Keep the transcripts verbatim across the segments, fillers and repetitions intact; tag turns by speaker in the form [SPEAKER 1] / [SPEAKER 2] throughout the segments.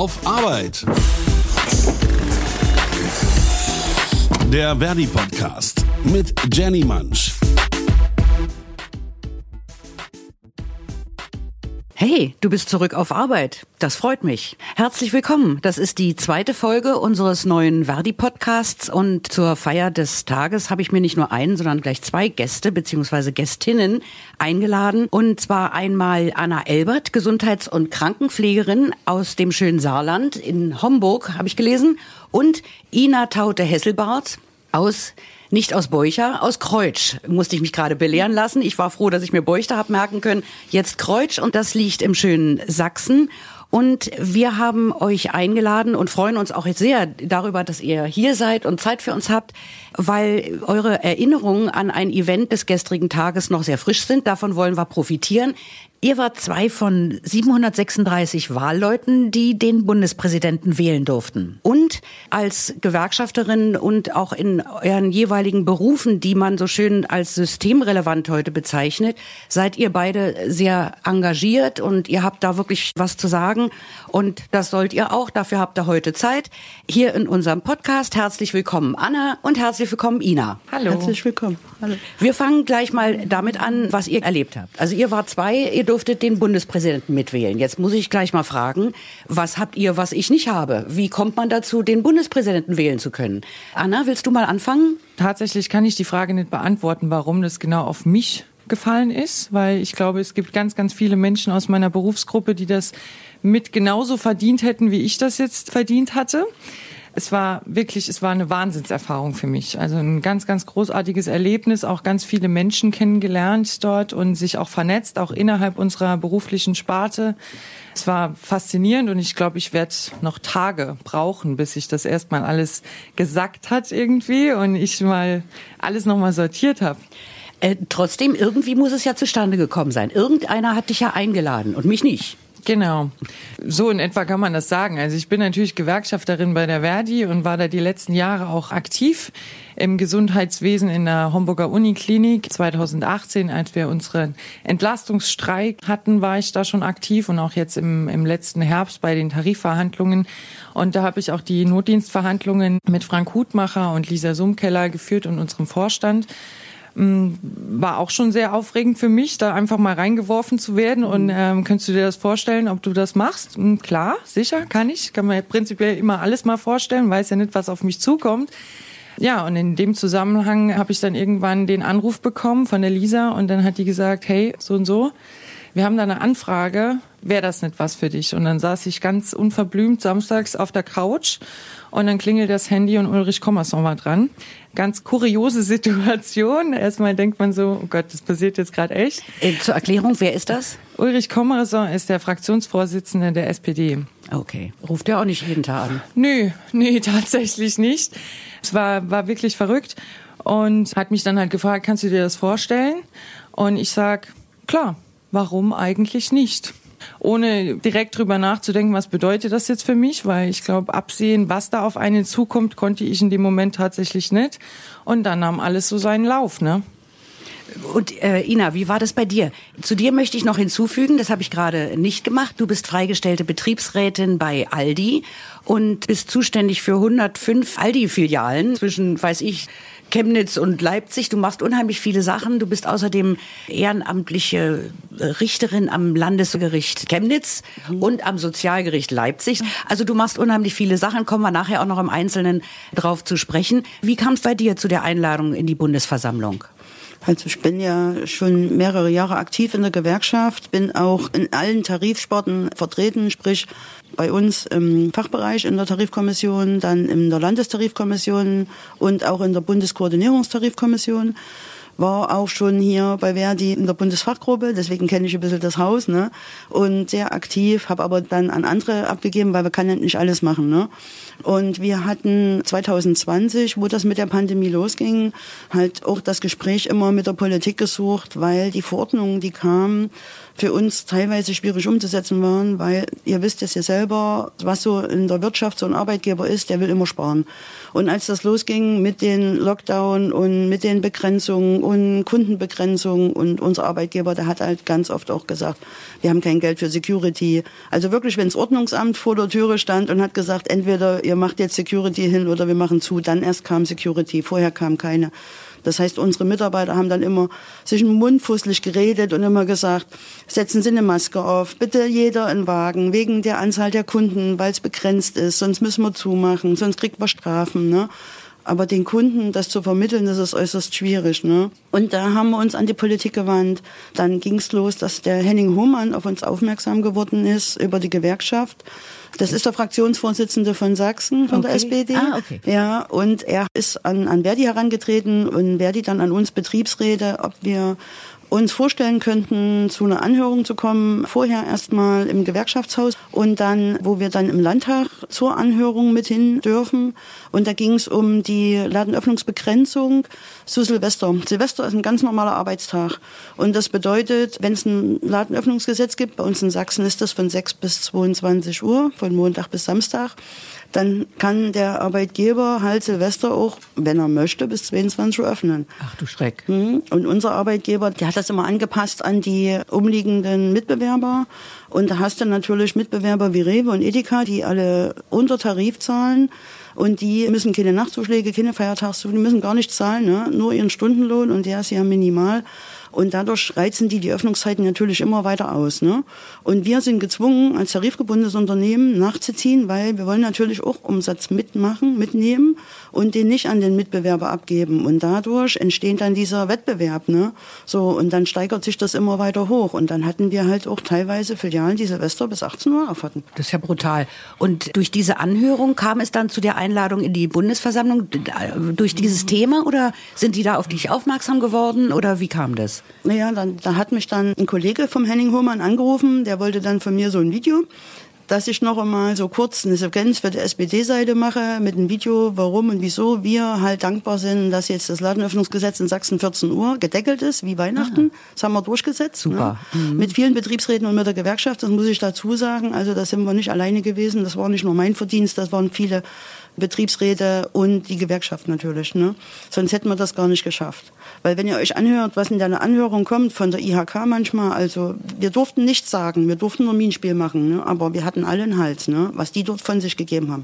[SPEAKER 1] auf Arbeit. Der Verdi-Podcast mit Jenny Mansch.
[SPEAKER 2] Hey, du bist zurück auf Arbeit. Das freut mich. Herzlich willkommen. Das ist die zweite Folge unseres neuen Verdi-Podcasts und zur Feier des Tages habe ich mir nicht nur einen, sondern gleich zwei Gäste bzw. Gästinnen eingeladen. Und zwar einmal Anna Elbert, Gesundheits- und Krankenpflegerin aus dem schönen Saarland in Homburg, habe ich gelesen. Und Ina Taute-Hesselbart aus Nicht aus Beucher, aus Kreutsch. Musste ich mich gerade belehren lassen. Ich war froh, dass ich mir Beuchter habe merken können. Jetzt Kreutsch und das liegt im schönen Sachsen. Und wir haben euch eingeladen und freuen uns auch sehr darüber, dass ihr hier seid und Zeit für uns habt, weil eure Erinnerungen an ein Event des gestrigen Tages noch sehr frisch sind. Davon wollen wir profitieren. Ihr wart zwei von siebenhundertsechsunddreißig Wahlleuten, die den Bundespräsidenten wählen durften. Und als Gewerkschafterin und auch in euren jeweiligen Berufen, die man so schön als systemrelevant heute bezeichnet, seid ihr beide sehr engagiert und ihr habt da wirklich was zu sagen. Und das sollt ihr auch. Dafür habt ihr heute Zeit. Hier in unserem Podcast. Herzlich willkommen, Anna, und herzlich willkommen, Ina.
[SPEAKER 3] Hallo.
[SPEAKER 2] Herzlich willkommen. Hallo. Wir fangen gleich mal damit an, was ihr erlebt habt. Also ihr wart zwei, ihr durftet den Bundespräsidenten mitwählen. Jetzt muss ich gleich mal fragen, was habt ihr, was ich nicht habe? Wie kommt man dazu, den Bundespräsidenten wählen zu können? Anna, willst du mal anfangen?
[SPEAKER 3] Tatsächlich kann ich die Frage nicht beantworten, warum das genau auf mich gefallen ist, weil ich glaube, es gibt ganz, ganz viele Menschen aus meiner Berufsgruppe, die das mit genauso verdient hätten, wie ich das jetzt verdient hatte. Es war wirklich, es war eine Wahnsinnserfahrung für mich. Also ein ganz, ganz großartiges Erlebnis, auch ganz viele Menschen kennengelernt dort und sich auch vernetzt, auch innerhalb unserer beruflichen Sparte. Es war faszinierend und ich glaube, ich werde noch Tage brauchen, bis sich das erstmal alles gesackt hat irgendwie und ich mal alles nochmal sortiert habe.
[SPEAKER 2] Äh, trotzdem, irgendwie muss es ja zustande gekommen sein. Irgendeiner hat dich ja eingeladen und mich nicht.
[SPEAKER 3] Genau. So in etwa kann man das sagen. Also ich bin natürlich Gewerkschafterin bei der Verdi und war da die letzten Jahre auch aktiv im Gesundheitswesen in der Homburger Uniklinik. zweitausendachtzehn, als wir unseren Entlastungsstreik hatten, war ich da schon aktiv und auch jetzt im, im letzten Herbst bei den Tarifverhandlungen. Und da habe ich auch die Notdienstverhandlungen mit Frank Hutmacher und Lisa Sumkeller geführt und unserem Vorstand. War auch schon sehr aufregend für mich, da einfach mal reingeworfen zu werden. Und ähm, könntest du dir das vorstellen, ob du das machst? Klar, sicher, kann ich. Kann mir prinzipiell immer alles mal vorstellen, weiß ja nicht, was auf mich zukommt. Ja, und in dem Zusammenhang habe ich dann irgendwann den Anruf bekommen von der Lisa und dann hat die gesagt, hey, so und so, wir haben da eine Anfrage, wäre das nicht was für dich? Und dann saß ich ganz unverblümt samstags auf der Couch und dann klingelt das Handy und Ulrich Kommerson war dran. Ganz kuriose Situation. Erstmal denkt man so, oh Gott, das passiert jetzt gerade echt.
[SPEAKER 2] Äh, zur Erklärung, wer ist das?
[SPEAKER 3] Ulrich Kommerson ist der Fraktionsvorsitzende der S P D.
[SPEAKER 2] Okay, ruft der auch nicht jeden Tag an?
[SPEAKER 3] Nö, nee, tatsächlich nicht. Es war, war wirklich verrückt und hat mich dann halt gefragt, kannst du dir das vorstellen? Und ich sag, klar. Warum eigentlich nicht? Ohne direkt drüber nachzudenken, was bedeutet das jetzt für mich? Weil ich glaube, absehen, was da auf einen zukommt, konnte ich in dem Moment tatsächlich nicht. Und dann nahm alles so seinen Lauf, ne?
[SPEAKER 2] Und äh, Ina, wie war das bei dir? Zu dir möchte ich noch hinzufügen, das habe ich gerade nicht gemacht. Du bist freigestellte Betriebsrätin bei Aldi und bist zuständig für hundertfünf Aldi-Filialen zwischen, weiß ich, Chemnitz und Leipzig. Du machst unheimlich viele Sachen. Du bist außerdem ehrenamtliche Richterin am Landesgericht Chemnitz mhm. und am Sozialgericht Leipzig. Also du machst unheimlich viele Sachen. Kommen wir nachher auch noch im Einzelnen drauf zu sprechen. Wie kam es bei dir zu der Einladung in die Bundesversammlung?
[SPEAKER 4] Also ich bin ja schon mehrere Jahre aktiv in der Gewerkschaft, bin auch in allen Tarifsparten vertreten, sprich bei uns im Fachbereich in der Tarifkommission, dann in der Landestarifkommission und auch in der Bundeskoordinierungstarifkommission. War auch schon hier bei Verdi in der Bundesfachgruppe, deswegen kenne ich ein bisschen das Haus, ne? Und sehr aktiv, habe aber dann an andere abgegeben, weil wir können ja nicht alles machen, ne? Und wir hatten zwanzig zwanzig, wo das mit der Pandemie losging, halt auch das Gespräch immer mit der Politik gesucht, weil die Verordnungen, die kamen, für uns teilweise schwierig umzusetzen waren, weil ihr wisst es ja selber, was so in der Wirtschaft so ein Arbeitgeber ist, der will immer sparen. Und als das losging mit den Lockdown und mit den Begrenzungen und Kundenbegrenzung. Und unser Arbeitgeber, der hat halt ganz oft auch gesagt, wir haben kein Geld für Security. Also wirklich, wenn das Ordnungsamt vor der Türe stand und hat gesagt, entweder ihr macht jetzt Security hin oder wir machen zu, dann erst kam Security, vorher kam keine. Das heißt, unsere Mitarbeiter haben dann immer sich im Mund fusselig geredet und immer gesagt, setzen Sie eine Maske auf, bitte jeder einen Wagen, wegen der Anzahl der Kunden, weil es begrenzt ist, sonst müssen wir zumachen, sonst kriegt man Strafen, ne? Aber den Kunden das zu vermitteln, das ist äußerst schwierig, ne? Und da haben wir uns an die Politik gewandt. Dann ging es los, dass der Henning Hohmann auf uns aufmerksam geworden ist über die Gewerkschaft. Das ist der Fraktionsvorsitzende von Sachsen, von okay. der S P D.
[SPEAKER 2] Ah, okay.
[SPEAKER 4] Ja, und er ist an, an Verdi herangetreten und Verdi dann an uns Betriebsräte, ob wir uns vorstellen könnten, zu einer Anhörung zu kommen, vorher erstmal im Gewerkschaftshaus und dann, wo wir dann im Landtag zur Anhörung mit hin dürfen. Und da ging es um die Ladenöffnungsbegrenzung zu Silvester. Silvester ist ein ganz normaler Arbeitstag. Und das bedeutet, wenn es ein Ladenöffnungsgesetz gibt, bei uns in Sachsen ist das von sechs bis zweiundzwanzig Uhr, von Montag bis Samstag, dann kann der Arbeitgeber halt Silvester auch, wenn er möchte, bis zweiundzwanzig Uhr öffnen.
[SPEAKER 2] Ach du Schreck.
[SPEAKER 4] Und unser Arbeitgeber, der hat das immer angepasst an die umliegenden Mitbewerber. Und da hast du natürlich Mitbewerber wie Rewe und Edeka, die alle unter Tarif zahlen. Und die müssen keine Nachtzuschläge, keine Feiertagszuschläge, die müssen gar nichts zahlen, ne? Nur ihren Stundenlohn und der ist ja minimal. Und dadurch reizen die die Öffnungszeiten natürlich immer weiter aus, ne? Und wir sind gezwungen, als tarifgebundenes Unternehmen nachzuziehen, weil wir wollen natürlich auch Umsatz mitmachen, mitnehmen und den nicht an den Mitbewerber abgeben. Und dadurch entsteht dann dieser Wettbewerb, ne? So, und dann steigert sich das immer weiter hoch. Und dann hatten wir halt auch teilweise Filialen, die Silvester bis achtzehn Uhr auf hatten.
[SPEAKER 2] Das ist ja brutal. Und durch diese Anhörung kam es dann zu der Einladung in die Bundesversammlung durch dieses Thema oder sind die da auf dich aufmerksam geworden oder wie kam das?
[SPEAKER 4] Naja, dann, da hat mich dann ein Kollege vom Henning Hohmann angerufen, der wollte dann von mir so ein Video, dass ich noch einmal so kurz eine Sequenz für die S P D-Seite mache mit einem Video, warum und wieso wir halt dankbar sind, dass jetzt das Ladenöffnungsgesetz in Sachsen vierzehn Uhr gedeckelt ist, wie Weihnachten. Ah. Das haben wir durchgesetzt.
[SPEAKER 2] Super.
[SPEAKER 4] Ne? Mhm. Mit vielen Betriebsräten und mit der Gewerkschaft, das muss ich dazu sagen. Also da sind wir nicht alleine gewesen, das war nicht nur mein Verdienst, das waren viele Betriebsräte und die Gewerkschaft natürlich, ne? Sonst hätten wir das gar nicht geschafft. Weil wenn ihr euch anhört, was in der Anhörung kommt von der I H K manchmal, also wir durften nichts sagen, wir durften nur Minenspiel machen, ne? Aber wir hatten alle einen Hals, ne? Was die dort von sich gegeben haben.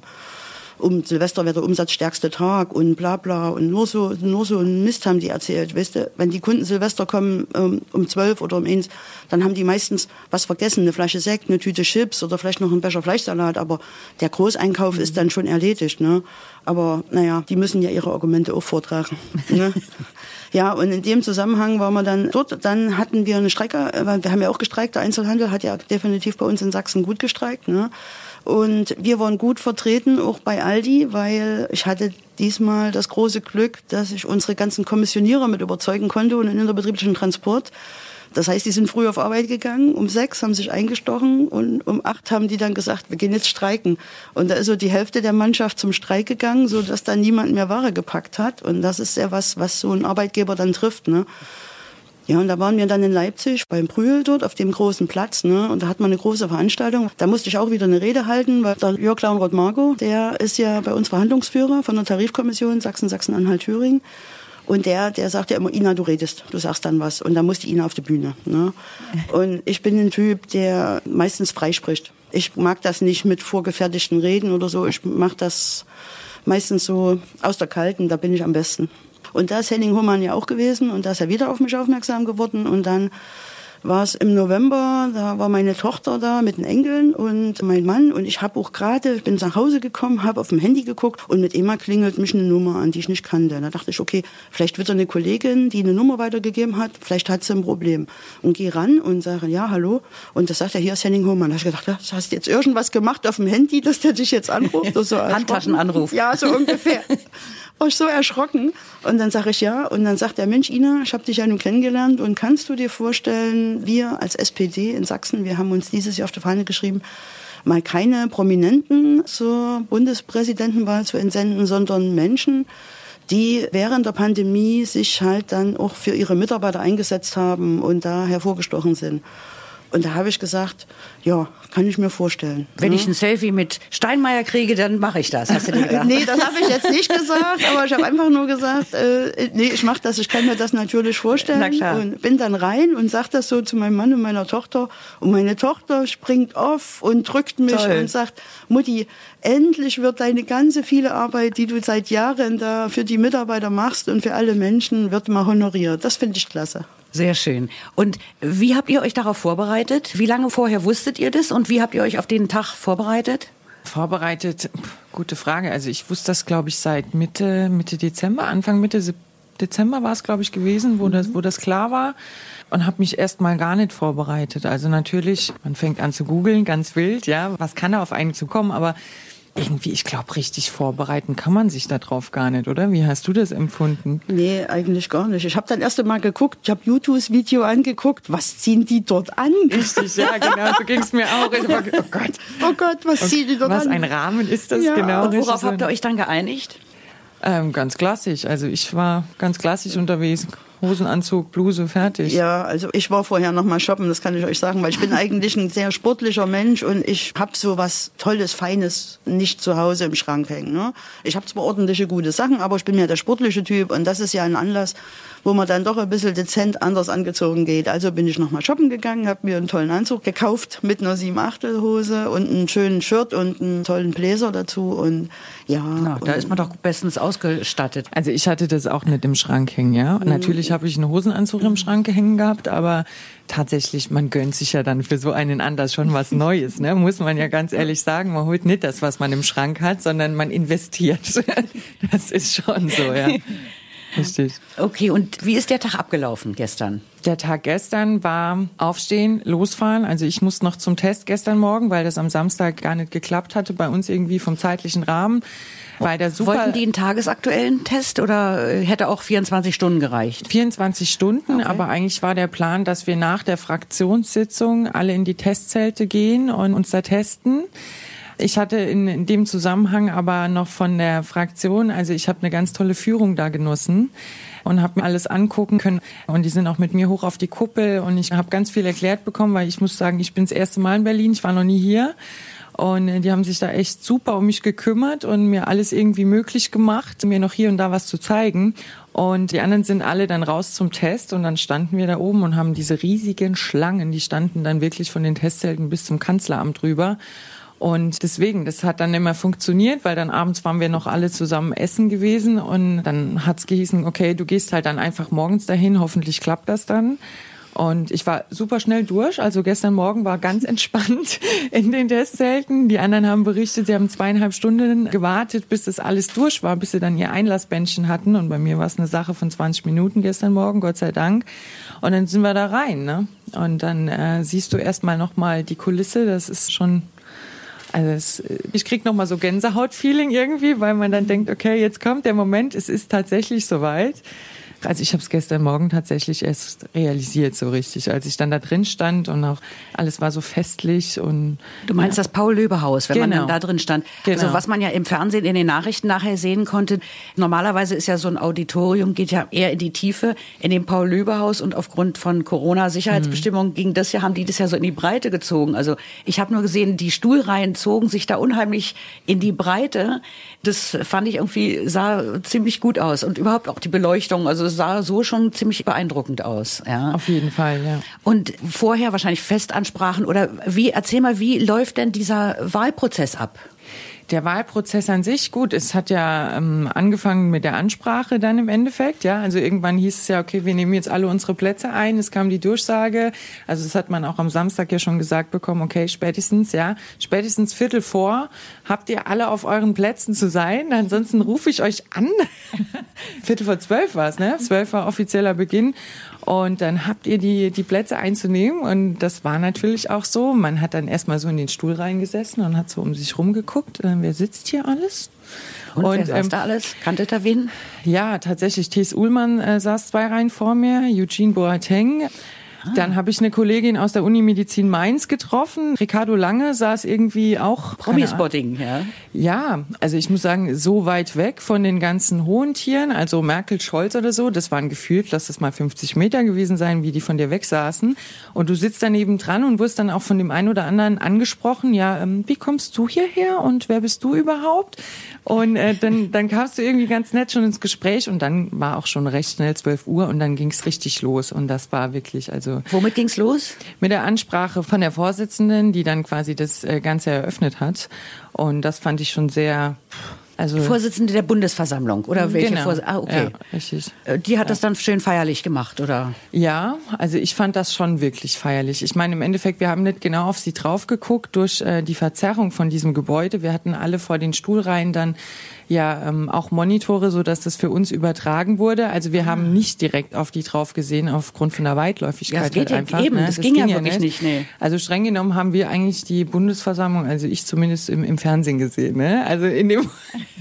[SPEAKER 4] Um Silvester wäre der umsatzstärkste Tag und bla bla und nur so nur so ein Mist haben die erzählt, weißt du, wenn die Kunden Silvester kommen um, um zwölf oder um eins, dann haben die meistens was vergessen, eine Flasche Sekt, eine Tüte Chips oder vielleicht noch ein Becher Fleischsalat, aber der Großeinkauf ist dann schon erledigt, ne? Aber naja, die müssen ja ihre Argumente auch vortragen, ne? Ja, und in dem Zusammenhang waren wir dann dort, dann hatten wir eine Streiker, weil wir haben ja auch gestreikt, der Einzelhandel hat ja definitiv bei uns in Sachsen gut gestreikt, ne? Und wir waren gut vertreten, auch bei Aldi, weil ich hatte diesmal das große Glück, dass ich unsere ganzen Kommissionierer mit überzeugen konnte und in innerbetrieblichen Transport. Das heißt, die sind früh auf Arbeit gegangen, um sechs haben sich eingestochen und um acht haben die dann gesagt, wir gehen jetzt streiken. Und da ist so die Hälfte der Mannschaft zum Streik gegangen, so dass dann niemand mehr Ware gepackt hat. Und das ist ja was, was so ein Arbeitgeber dann trifft, ne? Ja, und da waren wir dann in Leipzig beim Brühl dort auf dem großen Platz, ne? Und da hat man eine große Veranstaltung. Da musste ich auch wieder eine Rede halten, weil der Jörg Launroth-Margo, der ist ja bei uns Verhandlungsführer von der Tarifkommission Sachsen, Sachsen-Anhalt, Thüringen. Und der, der sagt ja immer, Ina, du redest, du sagst dann was. Und da musste Ina auf die Bühne, ne? Und ich bin ein Typ, der meistens freispricht. Ich mag das nicht mit vorgefertigten Reden oder so. Ich mache das meistens so aus der Kalten, da bin ich am besten. Und da ist Henning Hohmann ja auch gewesen und da ist er wieder auf mich aufmerksam geworden. Und dann war es im November, da war meine Tochter da mit den Enkeln und mein Mann. Und ich habe auch gerade, ich bin nach Hause gekommen, habe auf dem Handy geguckt und mit Emma klingelt mich eine Nummer an, die ich nicht kannte. Da dachte ich, okay, vielleicht wird da eine Kollegin, die eine Nummer weitergegeben hat, vielleicht hat sie ein Problem. Und gehe ran und sage, ja, hallo. Und das sagt er, hier ist Henning Hohmann. Da habe ich gedacht, ja, hast du jetzt irgendwas gemacht auf dem Handy, dass der dich jetzt anruft? So
[SPEAKER 2] Handtaschenanruf.
[SPEAKER 4] Ja, so ungefähr. War ich so erschrocken. Und dann sage ich ja. Und dann sagt der Mensch, Ina, ich habe dich ja nun kennengelernt. Und kannst du dir vorstellen, wir als S P D in Sachsen, wir haben uns dieses Jahr auf die Fahne geschrieben, mal keine Prominenten zur Bundespräsidentenwahl zu entsenden, sondern Menschen, die während der Pandemie sich halt dann auch für ihre Mitarbeiter eingesetzt haben und da hervorgestochen sind. Und da habe ich gesagt, ja, kann ich mir vorstellen.
[SPEAKER 2] Wenn
[SPEAKER 4] ja.
[SPEAKER 2] ich ein Selfie mit Steinmeier kriege, dann mache ich das, hast du dir gedacht?
[SPEAKER 4] Nee, das habe ich jetzt nicht gesagt, aber ich habe einfach nur gesagt, äh, nee, ich mache das, ich kann mir das natürlich vorstellen.
[SPEAKER 2] Na klar.
[SPEAKER 4] Und bin dann rein und sage das so zu meinem Mann und meiner Tochter. Und meine Tochter springt auf und drückt mich
[SPEAKER 2] Toll.
[SPEAKER 4] und sagt, Mutti, endlich wird deine ganze viele Arbeit, die du seit Jahren da für die Mitarbeiter machst und für alle Menschen, wird mal honoriert. Das finde ich klasse.
[SPEAKER 2] Sehr schön. Und wie habt ihr euch darauf vorbereitet? Wie lange vorher wusstet ihr das und wie habt ihr euch auf den Tag vorbereitet?
[SPEAKER 3] Vorbereitet, gute Frage. Also ich wusste das, glaube ich, seit Mitte, Mitte Dezember, Anfang Mitte Dezember war es, glaube ich, gewesen, wo, mhm. das, wo das klar war. Und habe mich erst mal gar nicht vorbereitet. Also natürlich, man fängt an zu googeln, ganz wild, ja, was kann da auf einen zukommen, aber irgendwie, ich glaube, richtig vorbereiten kann man sich darauf gar nicht, oder? Wie hast du das empfunden?
[SPEAKER 4] Nee, eigentlich gar nicht. Ich habe dann erst einmal geguckt, ich habe YouTubes Video angeguckt, was ziehen die dort an?
[SPEAKER 3] Richtig, ja, genau, so ging es mir auch. Ich war, oh Gott,
[SPEAKER 4] oh Gott, was
[SPEAKER 3] und
[SPEAKER 4] ziehen die dort
[SPEAKER 3] was
[SPEAKER 4] an?
[SPEAKER 3] Was ein Rahmen ist das,
[SPEAKER 4] ja.
[SPEAKER 3] genau.
[SPEAKER 2] Und worauf habt ihr euch dann geeinigt?
[SPEAKER 3] Ähm, ganz klassisch, also ich war ganz klassisch unterwegs. Hosenanzug, Bluse, fertig.
[SPEAKER 4] Ja, also ich war vorher noch mal shoppen, das kann ich euch sagen, weil ich bin eigentlich ein sehr sportlicher Mensch und ich habe so was Tolles, Feines nicht zu Hause im Schrank hängen. Ne? Ich habe zwar ordentliche, gute Sachen, aber ich bin ja der sportliche Typ und das ist ja ein Anlass, wo man dann doch ein bisschen dezent anders angezogen geht. Also bin ich noch mal shoppen gegangen, habe mir einen tollen Anzug gekauft mit einer sieben Achtel Hose und einen schönen Shirt und einen tollen Bläser dazu und ja.
[SPEAKER 2] Na, da ist man doch bestens ausgestattet.
[SPEAKER 3] Also ich hatte das auch nicht im Schrank hängen, ja. Mhm. Natürlich habe ich einen Hosenanzug im Schrank hängen gehabt, aber tatsächlich, man gönnt sich ja dann für so einen Anlass schon was Neues, ne? Muss man ja ganz ehrlich sagen. Man holt nicht das, was man im Schrank hat, sondern man investiert. Das ist schon so, ja. Richtig.
[SPEAKER 2] Okay, und wie ist der Tag abgelaufen gestern?
[SPEAKER 3] Der Tag gestern war aufstehen, losfahren. Also ich musste noch zum Test gestern Morgen, weil das am Samstag gar nicht geklappt hatte bei uns irgendwie vom zeitlichen Rahmen. Weil der super
[SPEAKER 2] Wollten die einen tagesaktuellen Test oder hätte auch vierundzwanzig Stunden gereicht?
[SPEAKER 3] vierundzwanzig Stunden,
[SPEAKER 2] okay.
[SPEAKER 3] Aber eigentlich war der Plan, dass wir nach der Fraktionssitzung alle in die Testzelte gehen und uns da testen. Ich hatte in, in dem Zusammenhang aber noch von der Fraktion, also ich habe eine ganz tolle Führung da genossen und habe mir alles angucken können. Und die sind auch mit mir hoch auf die Kuppel und ich habe ganz viel erklärt bekommen, weil ich muss sagen, ich bin das erste Mal in Berlin, ich war noch nie hier. Und die haben sich da echt super um mich gekümmert und mir alles irgendwie möglich gemacht, mir noch hier und da was zu zeigen. Und die anderen sind alle dann raus zum Test und dann standen wir da oben und haben diese riesigen Schlangen, die standen dann wirklich von den Testzelten bis zum Kanzleramt rüber. Und deswegen, das hat dann immer funktioniert, weil dann abends waren wir noch alle zusammen essen gewesen und dann hat's gehießen, okay, du gehst halt dann einfach morgens dahin, hoffentlich klappt das dann. Und ich war super schnell durch, also gestern Morgen war ganz entspannt in den Testzelten. Die anderen haben berichtet, sie haben zweieinhalb Stunden gewartet, bis das alles durch war, bis sie dann ihr Einlassbändchen hatten. Und bei mir war es eine Sache von zwanzig Minuten gestern Morgen, Gott sei Dank. Und dann sind wir da rein, ne? Und dann äh, siehst du erstmal nochmal die Kulisse, das ist schon... Also es, ich krieg noch mal so Gänsehaut-Feeling irgendwie, weil man dann denkt, okay, jetzt kommt der Moment, es ist tatsächlich soweit. Also ich habe es gestern Morgen tatsächlich erst realisiert so richtig, als ich dann da drin stand und auch alles war so festlich und
[SPEAKER 2] du meinst ja. Das Paul-Löbe-Haus, wenn
[SPEAKER 3] genau.
[SPEAKER 2] man dann da drin stand.
[SPEAKER 3] Genau.
[SPEAKER 2] Also was man ja im Fernsehen in den Nachrichten nachher sehen konnte, normalerweise ist ja so ein Auditorium, geht ja eher in die Tiefe, in dem Paul-Löbe-Haus und aufgrund von Corona-Sicherheitsbestimmungen mhm. ging das ja, haben die das ja so in die Breite gezogen. Also ich habe nur gesehen, die Stuhlreihen zogen sich da unheimlich in die Breite. Das fand ich irgendwie, sah ziemlich gut aus und überhaupt auch die Beleuchtung, also es sah so schon ziemlich beeindruckend aus. Ja.
[SPEAKER 3] Auf jeden Fall, ja.
[SPEAKER 2] Und vorher wahrscheinlich Festansprachen oder wie, erzähl mal, wie läuft denn dieser Wahlprozess ab?
[SPEAKER 3] Der Wahlprozess an sich, gut, es hat ja ähm, angefangen mit der Ansprache dann im Endeffekt, ja, also irgendwann hieß es ja, okay, wir nehmen jetzt alle unsere Plätze ein, es kam die Durchsage, also das hat man auch am Samstag ja schon gesagt bekommen, okay, spätestens, ja, spätestens Viertel vor, habt ihr alle auf euren Plätzen zu sein, ansonsten rufe ich euch an. Viertel vor zwölf war es, ne, zwölf war offizieller Beginn. Und dann habt ihr die, die Plätze einzunehmen und das war natürlich auch so. Man hat dann erstmal so in den Stuhl reingesessen und hat so um sich rumgeguckt, äh, wer sitzt hier alles?
[SPEAKER 2] Und, und wer saß
[SPEAKER 3] ähm,
[SPEAKER 2] da alles? Kanntet ihr wen?
[SPEAKER 3] Ja, tatsächlich, T S. Ullmann äh, saß zwei Reihen vor mir, Eugene Boateng. Dann habe ich eine Kollegin aus der Uni Medizin Mainz getroffen. Ricardo Lange saß irgendwie auch...
[SPEAKER 2] Promispotting, ja.
[SPEAKER 3] Ja, also ich muss sagen, so weit weg von den ganzen hohen Tieren, also Merkel, Scholz oder so, das waren gefühlt, lass das mal fünfzig Meter gewesen sein, wie die von dir weg saßen. Und du sitzt daneben dran und wirst dann auch von dem einen oder anderen angesprochen, ja, ähm, wie kommst du hierher und wer bist du überhaupt? Und äh, dann, dann kamst du irgendwie ganz nett schon ins Gespräch und dann war auch schon recht schnell zwölf Uhr und dann ging's richtig los und das war wirklich, also...
[SPEAKER 2] Womit ging's los?
[SPEAKER 3] Mit der Ansprache von der Vorsitzenden, die dann quasi das Ganze eröffnet hat. Und das fand ich schon sehr... Also
[SPEAKER 2] Vorsitzende der Bundesversammlung, oder welche
[SPEAKER 3] genau.
[SPEAKER 2] Vorsitzende? Ah, okay.
[SPEAKER 3] Ja, richtig.
[SPEAKER 2] Die hat
[SPEAKER 3] ja.
[SPEAKER 2] das dann schön feierlich gemacht, oder?
[SPEAKER 3] Ja, also ich fand das schon wirklich feierlich. Ich meine, im Endeffekt, wir haben nicht genau auf sie drauf geguckt durch äh, die Verzerrung von diesem Gebäude. Wir hatten alle vor den Stuhlreihen dann ja ähm, auch Monitore, so dass das für uns übertragen wurde. Also wir haben nicht direkt auf die drauf gesehen aufgrund von der Weitläufigkeit.
[SPEAKER 2] Ja, das geht
[SPEAKER 3] halt einfach,
[SPEAKER 2] ja eben,
[SPEAKER 3] ne?
[SPEAKER 2] das,
[SPEAKER 3] das
[SPEAKER 2] ging, ging ja
[SPEAKER 3] wirklich
[SPEAKER 2] nicht. nicht nee.
[SPEAKER 3] Also streng genommen haben wir eigentlich die Bundesversammlung, also ich zumindest im, im Fernsehen gesehen, ne? Also in dem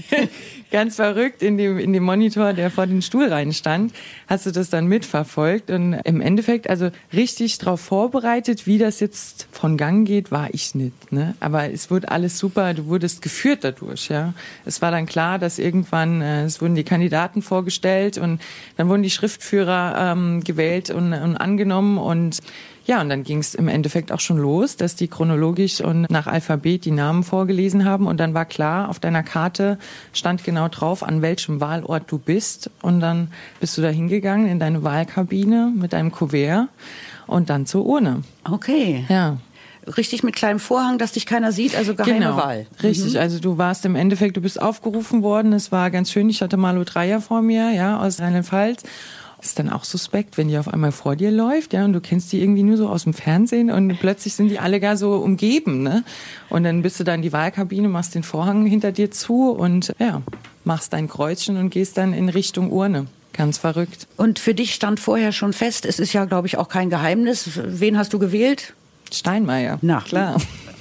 [SPEAKER 3] ganz verrückt in dem in dem Monitor, der vor den Stuhlreihen stand, hast du das dann mitverfolgt und im Endeffekt also richtig darauf vorbereitet, wie das jetzt von Gang geht, war ich nicht, ne? Aber es wurde alles super, du wurdest geführt dadurch, ja. Es war dann klar, dass irgendwann äh, es wurden die Kandidaten vorgestellt und dann wurden die Schriftführer ähm, gewählt und, und angenommen und ja, und dann ging es im Endeffekt auch schon los, dass die chronologisch und nach Alphabet die Namen vorgelesen haben. Und dann war klar, auf deiner Karte stand genau drauf, an welchem Wahlort du bist. Und dann bist du da hingegangen in deine Wahlkabine mit deinem Kuvert und dann zur Urne.
[SPEAKER 2] Okay.
[SPEAKER 3] Ja.
[SPEAKER 2] Richtig mit kleinem Vorhang, dass dich keiner sieht, also geheime
[SPEAKER 3] genau.
[SPEAKER 2] Wahl.
[SPEAKER 3] Richtig, mhm. Also du warst im Endeffekt, du bist aufgerufen worden. Es war ganz schön, ich hatte Malu Dreyer vor mir, ja, aus Rheinland-Pfalz. Ist dann auch suspekt, wenn die auf einmal vor dir läuft, ja, und du kennst die irgendwie nur so aus dem Fernsehen und plötzlich sind die alle gar so umgeben, ne? Und dann bist du da in die Wahlkabine, machst den Vorhang hinter dir zu und ja, machst dein Kreuzchen und gehst dann in Richtung Urne. Ganz verrückt.
[SPEAKER 2] Und für dich stand vorher schon fest, es ist ja, glaube ich, auch kein Geheimnis. Wen hast du gewählt?
[SPEAKER 3] Steinmeier.
[SPEAKER 2] Na,
[SPEAKER 3] klar.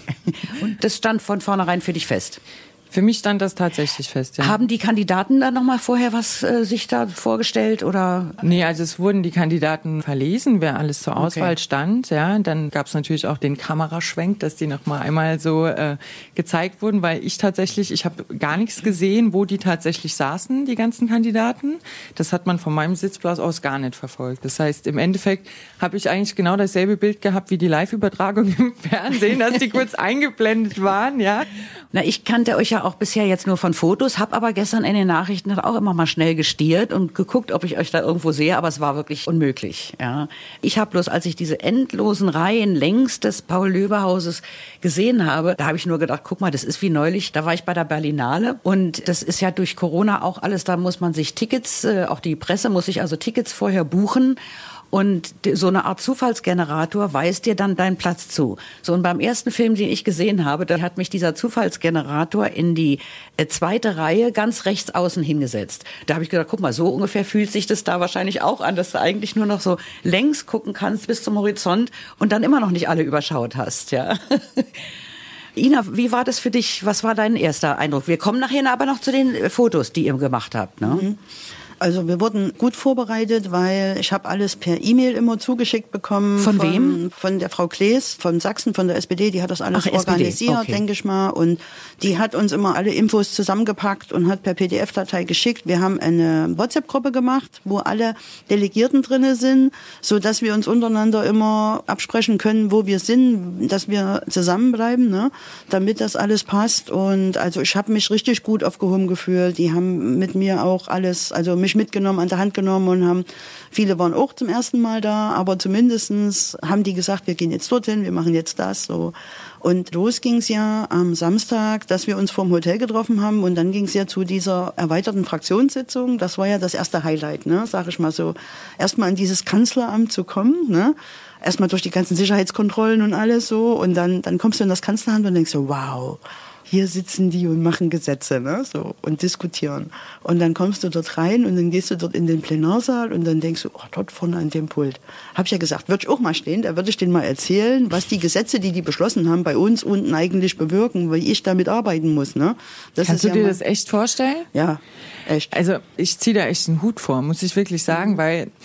[SPEAKER 2] Und das stand von vornherein für dich fest?
[SPEAKER 3] Für mich stand das tatsächlich fest, ja.
[SPEAKER 2] Haben die Kandidaten dann noch mal vorher was äh, sich da vorgestellt oder?
[SPEAKER 3] Nee, also es wurden die Kandidaten verlesen, wer alles zur Auswahl okay. stand, ja. Dann gab es natürlich auch den Kameraschwenk, dass die noch mal einmal so äh, gezeigt wurden, weil ich tatsächlich, ich habe gar nichts gesehen, wo die tatsächlich saßen, die ganzen Kandidaten. Das hat man von meinem Sitzplatz aus gar nicht verfolgt. Das heißt, im Endeffekt habe ich eigentlich genau dasselbe Bild gehabt wie die Live-Übertragung im Fernsehen, dass die kurz eingeblendet waren, ja.
[SPEAKER 2] Na, ich kannte euch ja auch bisher jetzt nur von Fotos, habe aber gestern in den Nachrichten auch immer mal schnell gestiert und geguckt, ob ich euch da irgendwo sehe, aber es war wirklich unmöglich. Ja. Ich habe bloß, als ich diese endlosen Reihen längs des Paul-Löbe-Hauses gesehen habe, da habe ich nur gedacht, guck mal, das ist wie neulich, da war ich bei der Berlinale und das ist ja durch Corona auch alles, da muss man sich Tickets, äh, auch die Presse muss sich also Tickets vorher buchen. Und so eine Art Zufallsgenerator weist dir dann deinen Platz zu. So, und beim ersten Film, den ich gesehen habe, da hat mich dieser Zufallsgenerator in die äh, zweite Reihe ganz rechts außen hingesetzt. Da habe ich gedacht, guck mal, so ungefähr fühlt sich das da wahrscheinlich auch an, dass du eigentlich nur noch so längs gucken kannst bis zum Horizont und dann immer noch nicht alle überschaut hast, ja. Ina, wie war das für dich? Was war dein erster Eindruck? Wir kommen nachher aber noch zu den Fotos, die ihr gemacht habt, ne?
[SPEAKER 4] Mhm. Also wir wurden gut vorbereitet, weil ich habe alles per E-Mail immer zugeschickt bekommen.
[SPEAKER 2] Von, von wem?
[SPEAKER 4] Von der Frau Klees von Sachsen, von der S P D. Die hat das alles Ach, organisiert, okay. denke ich mal. Und die hat uns immer alle Infos zusammengepackt und hat per P D F-Datei geschickt. Wir haben eine WhatsApp-Gruppe gemacht, wo alle Delegierten drinne sind, so dass wir uns untereinander immer absprechen können, wo wir sind, dass wir zusammenbleiben, ne, damit das alles passt. Und also ich habe mich richtig gut aufgehoben gefühlt. Die haben mit mir auch alles, also mich mitgenommen, an der Hand genommen und haben, viele waren auch zum ersten Mal da, aber zumindestens haben die gesagt, wir gehen jetzt dorthin, wir machen jetzt das, so. Und los ging's ja am Samstag, dass wir uns vorm Hotel getroffen haben und dann ging's ja zu dieser erweiterten Fraktionssitzung. Das war ja das erste Highlight, ne, sag ich mal so. Erstmal in dieses Kanzleramt zu kommen, ne. Erstmal durch die ganzen Sicherheitskontrollen und alles so und dann, dann kommst du in das Kanzleramt und denkst so, wow. Hier sitzen die und machen Gesetze, ne, so, und diskutieren. Und dann kommst du dort rein und dann gehst du dort in den Plenarsaal und dann denkst du, oh, dort vorne an dem Pult. Hab ich ja gesagt, würde ich auch mal stehen, da würde ich denen mal erzählen, was die Gesetze, die die beschlossen haben, bei uns unten eigentlich bewirken, weil ich damit arbeiten muss, ne. Das
[SPEAKER 3] Kannst
[SPEAKER 4] ist
[SPEAKER 3] du
[SPEAKER 4] ja
[SPEAKER 3] dir
[SPEAKER 4] mal,
[SPEAKER 3] das echt vorstellen?
[SPEAKER 4] Ja, echt.
[SPEAKER 3] Also, ich ziehe da echt einen Hut vor, muss ich wirklich sagen, mhm. weil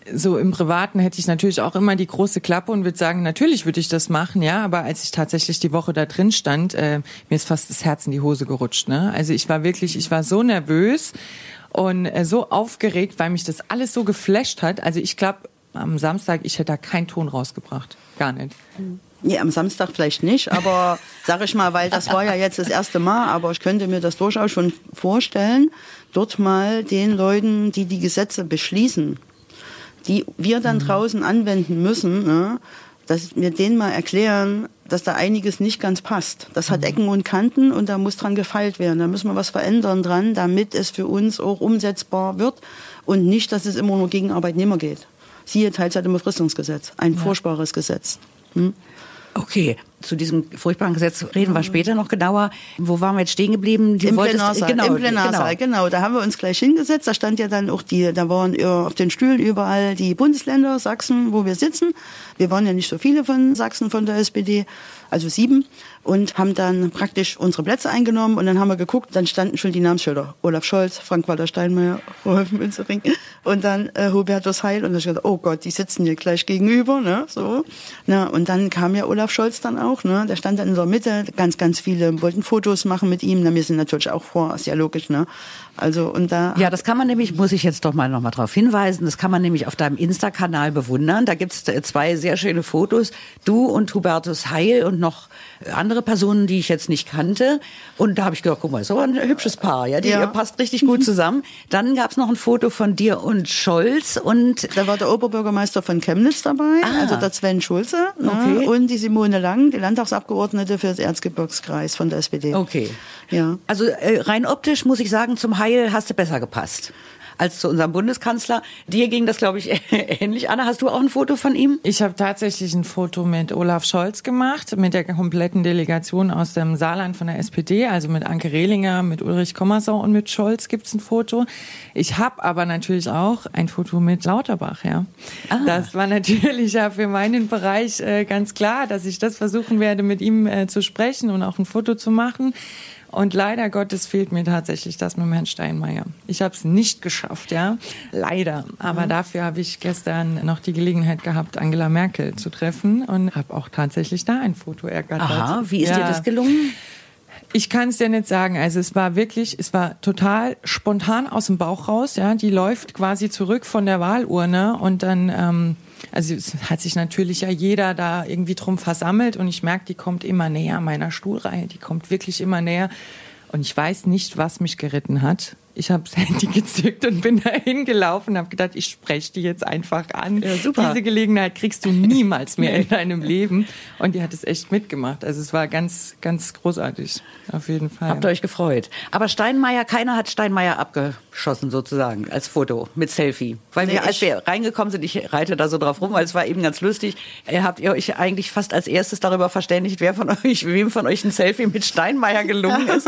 [SPEAKER 3] so im Privaten hätte ich natürlich auch immer die große Klappe und würde sagen, natürlich würde ich das machen, ja, aber als ich tatsächlich die Woche da drin stand, äh, mir ist fast das Herz in die Hose gerutscht, ne? Also ich war wirklich, ich war so nervös und äh, so aufgeregt, weil mich das alles so geflasht hat. Also ich glaube, am Samstag, ich hätte da keinen Ton rausgebracht. Gar nicht.
[SPEAKER 4] Nee, am Samstag vielleicht nicht, aber sag ich mal, weil das war ja jetzt das erste Mal, aber ich könnte mir das durchaus schon vorstellen, dort mal den Leuten, die die Gesetze beschließen, die wir dann mhm. draußen anwenden müssen, ne, dass wir denen mal erklären, dass da einiges nicht ganz passt. Das hat Ecken und Kanten und da muss dran gefeilt werden. Da müssen wir was verändern dran, damit es für uns auch umsetzbar wird und nicht, dass es immer nur gegen Arbeitnehmer geht. Siehe Teilzeit- und Befristungsgesetz, ein ja. furchtbares Gesetz. Hm?
[SPEAKER 2] Okay, zu diesem furchtbaren Gesetz reden wir später noch genauer. Wo waren wir jetzt stehen geblieben?
[SPEAKER 4] Du Im wolltest, Plenarsaal, genau, im Plenarsaal, genau. genau. Da haben wir uns gleich hingesetzt. Da stand ja dann auch die, da waren auf den Stühlen überall die Bundesländer, Sachsen, wo wir sitzen. Wir waren ja nicht so viele von Sachsen, von der S P D, also sieben. Und haben dann praktisch unsere Plätze eingenommen und dann haben wir geguckt, dann standen schon die Namensschilder. Olaf Scholz, Frank-Walter Steinmeier, Rolf Münzering und dann äh, Hubertus Heil. Und da ich gedacht, oh Gott, die sitzen hier gleich gegenüber, ne, so. Na, und dann kam ja Olaf Scholz dann auch, ne, der stand dann in der Mitte, ganz, ganz viele wollten Fotos machen mit ihm. Na, wir sind natürlich auch vor, ist ja logisch, ne. Also, und da.
[SPEAKER 2] Ja, das kann man nämlich, muss ich jetzt doch mal noch mal drauf hinweisen, das kann man nämlich auf deinem Insta-Kanal bewundern. Da gibt's zwei sehr schöne Fotos. Du und Hubertus Heil und noch andere Personen, die ich jetzt nicht kannte. Und da habe ich gedacht, guck mal, ist aber ein hübsches Paar, ja, die ja. passt richtig gut zusammen. Dann gab's noch ein Foto von dir und Scholz und
[SPEAKER 4] da war der Oberbürgermeister von Chemnitz dabei, ah. also der Sven Schulze, ne? Okay. Und die Simone Lang, die Landtagsabgeordnete für das Erzgebirgskreis von der S P D.
[SPEAKER 2] Okay.
[SPEAKER 4] Ja.
[SPEAKER 2] Also äh, rein optisch muss ich sagen, zum Heil hast du besser gepasst als zu unserem Bundeskanzler. Dir ging das, glaube ich, ähnlich. Anna, hast du auch ein Foto von ihm?
[SPEAKER 3] Ich habe tatsächlich ein Foto mit Olaf Scholz gemacht, mit der kompletten Delegation aus dem Saarland von der S P D, also mit Anke Rehlinger, mit Ulrich Kommersau und mit Scholz gibt's ein Foto. Ich habe aber natürlich auch ein Foto mit Lauterbach, ja. Ah. Das war natürlich ja für meinen Bereich äh, ganz klar, dass ich das versuchen werde, mit ihm äh, zu sprechen und auch ein Foto zu machen. Und leider Gottes fehlt mir tatsächlich das mit Herrn Steinmeier. Ich habe es nicht geschafft, ja, leider. Aber mhm. dafür habe ich gestern noch die Gelegenheit gehabt, Angela Merkel zu treffen und habe auch tatsächlich da ein Foto ergattert.
[SPEAKER 2] Aha, wie ist ja. dir das gelungen?
[SPEAKER 3] Ich kann es dir nicht sagen. Also es war wirklich, es war total spontan aus dem Bauch raus. Ja, die läuft quasi zurück von der Wahlurne und dann, ähm, also es hat sich natürlich ja jeder da irgendwie drum versammelt und ich merke, die kommt immer näher meiner Stuhlreihe. Die kommt wirklich immer näher und ich weiß nicht, was mich geritten hat. Ich habe das Handy gezückt und bin da hingelaufen und habe gedacht, ich spreche die jetzt einfach an. Ja, super. Diese Gelegenheit kriegst du niemals mehr in deinem Leben. Und die hat es echt mitgemacht. Also es war ganz, ganz großartig, auf jeden Fall.
[SPEAKER 2] Habt ihr euch gefreut. Aber Steinmeier, keiner hat Steinmeier abgeschossen sozusagen als Foto mit Selfie. Weil wir, als wir reingekommen sind, ich reite da so drauf rum, weil es war eben ganz lustig, habt ihr euch eigentlich fast als erstes darüber verständigt, wer von euch, wem von euch ein Selfie mit Steinmeier gelungen ist.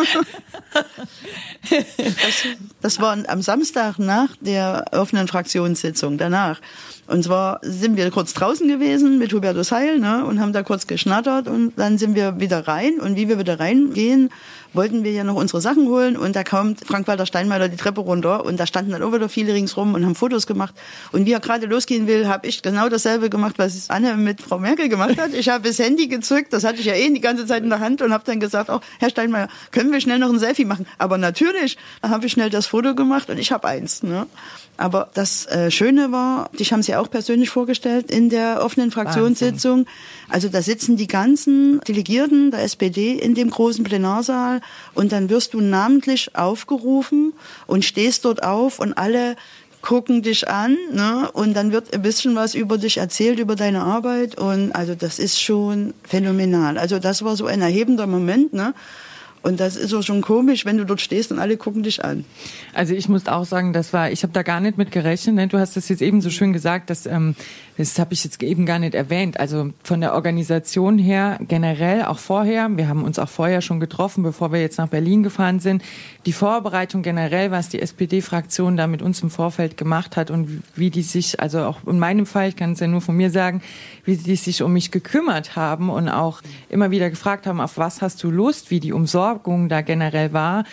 [SPEAKER 4] Das, das war am Samstag nach der offenen Fraktionssitzung, danach. Und zwar sind wir kurz draußen gewesen mit Hubertus Heil, ne, und haben da kurz geschnattert und dann sind wir wieder rein. Und wie wir wieder reingehen, wollten wir ja noch unsere Sachen holen und da kommt Frank-Walter Steinmeier die Treppe runter und da standen dann auch wieder viele ringsrum und haben Fotos gemacht. Und wie er gerade losgehen will, habe ich genau dasselbe gemacht, was Anne mit Frau Merkel gemacht hat. Ich habe das Handy gezückt, das hatte ich ja eh die ganze Zeit in der Hand und habe dann gesagt, oh, Herr Steinmeier, können wir schnell noch ein Selfie machen? Aber natürlich habe ich schnell das Foto gemacht und ich habe eins, ne? Aber das äh, Schöne war, dich haben sie auch persönlich vorgestellt in der offenen Fraktionssitzung. Wahnsinn. Also da sitzen die ganzen Delegierten der S P D in dem großen Plenarsaal und dann wirst du namentlich aufgerufen und stehst dort auf und alle gucken dich an, ne? Und dann wird ein bisschen was über dich erzählt, über deine Arbeit und also das ist schon phänomenal. Also das war so ein erhebender Moment, ne? Und das ist auch schon komisch, wenn du dort stehst und alle gucken dich an.
[SPEAKER 3] Also ich muss auch sagen, das war, ich habe da gar nicht mit gerechnet. Ne? Du hast das jetzt eben so schön gesagt, dass, ähm, das habe ich jetzt eben gar nicht erwähnt. Also von der Organisation her generell, auch vorher, wir haben uns auch vorher schon getroffen, bevor wir jetzt nach Berlin gefahren sind. Die Vorbereitung generell, was die S P D-Fraktion da mit uns im Vorfeld gemacht hat und wie die sich, also auch in meinem Fall, ich kann es ja nur von mir sagen, wie die sich um mich gekümmert haben und auch immer wieder gefragt haben, auf was hast du Lust, wie die Umsorgung da generell war.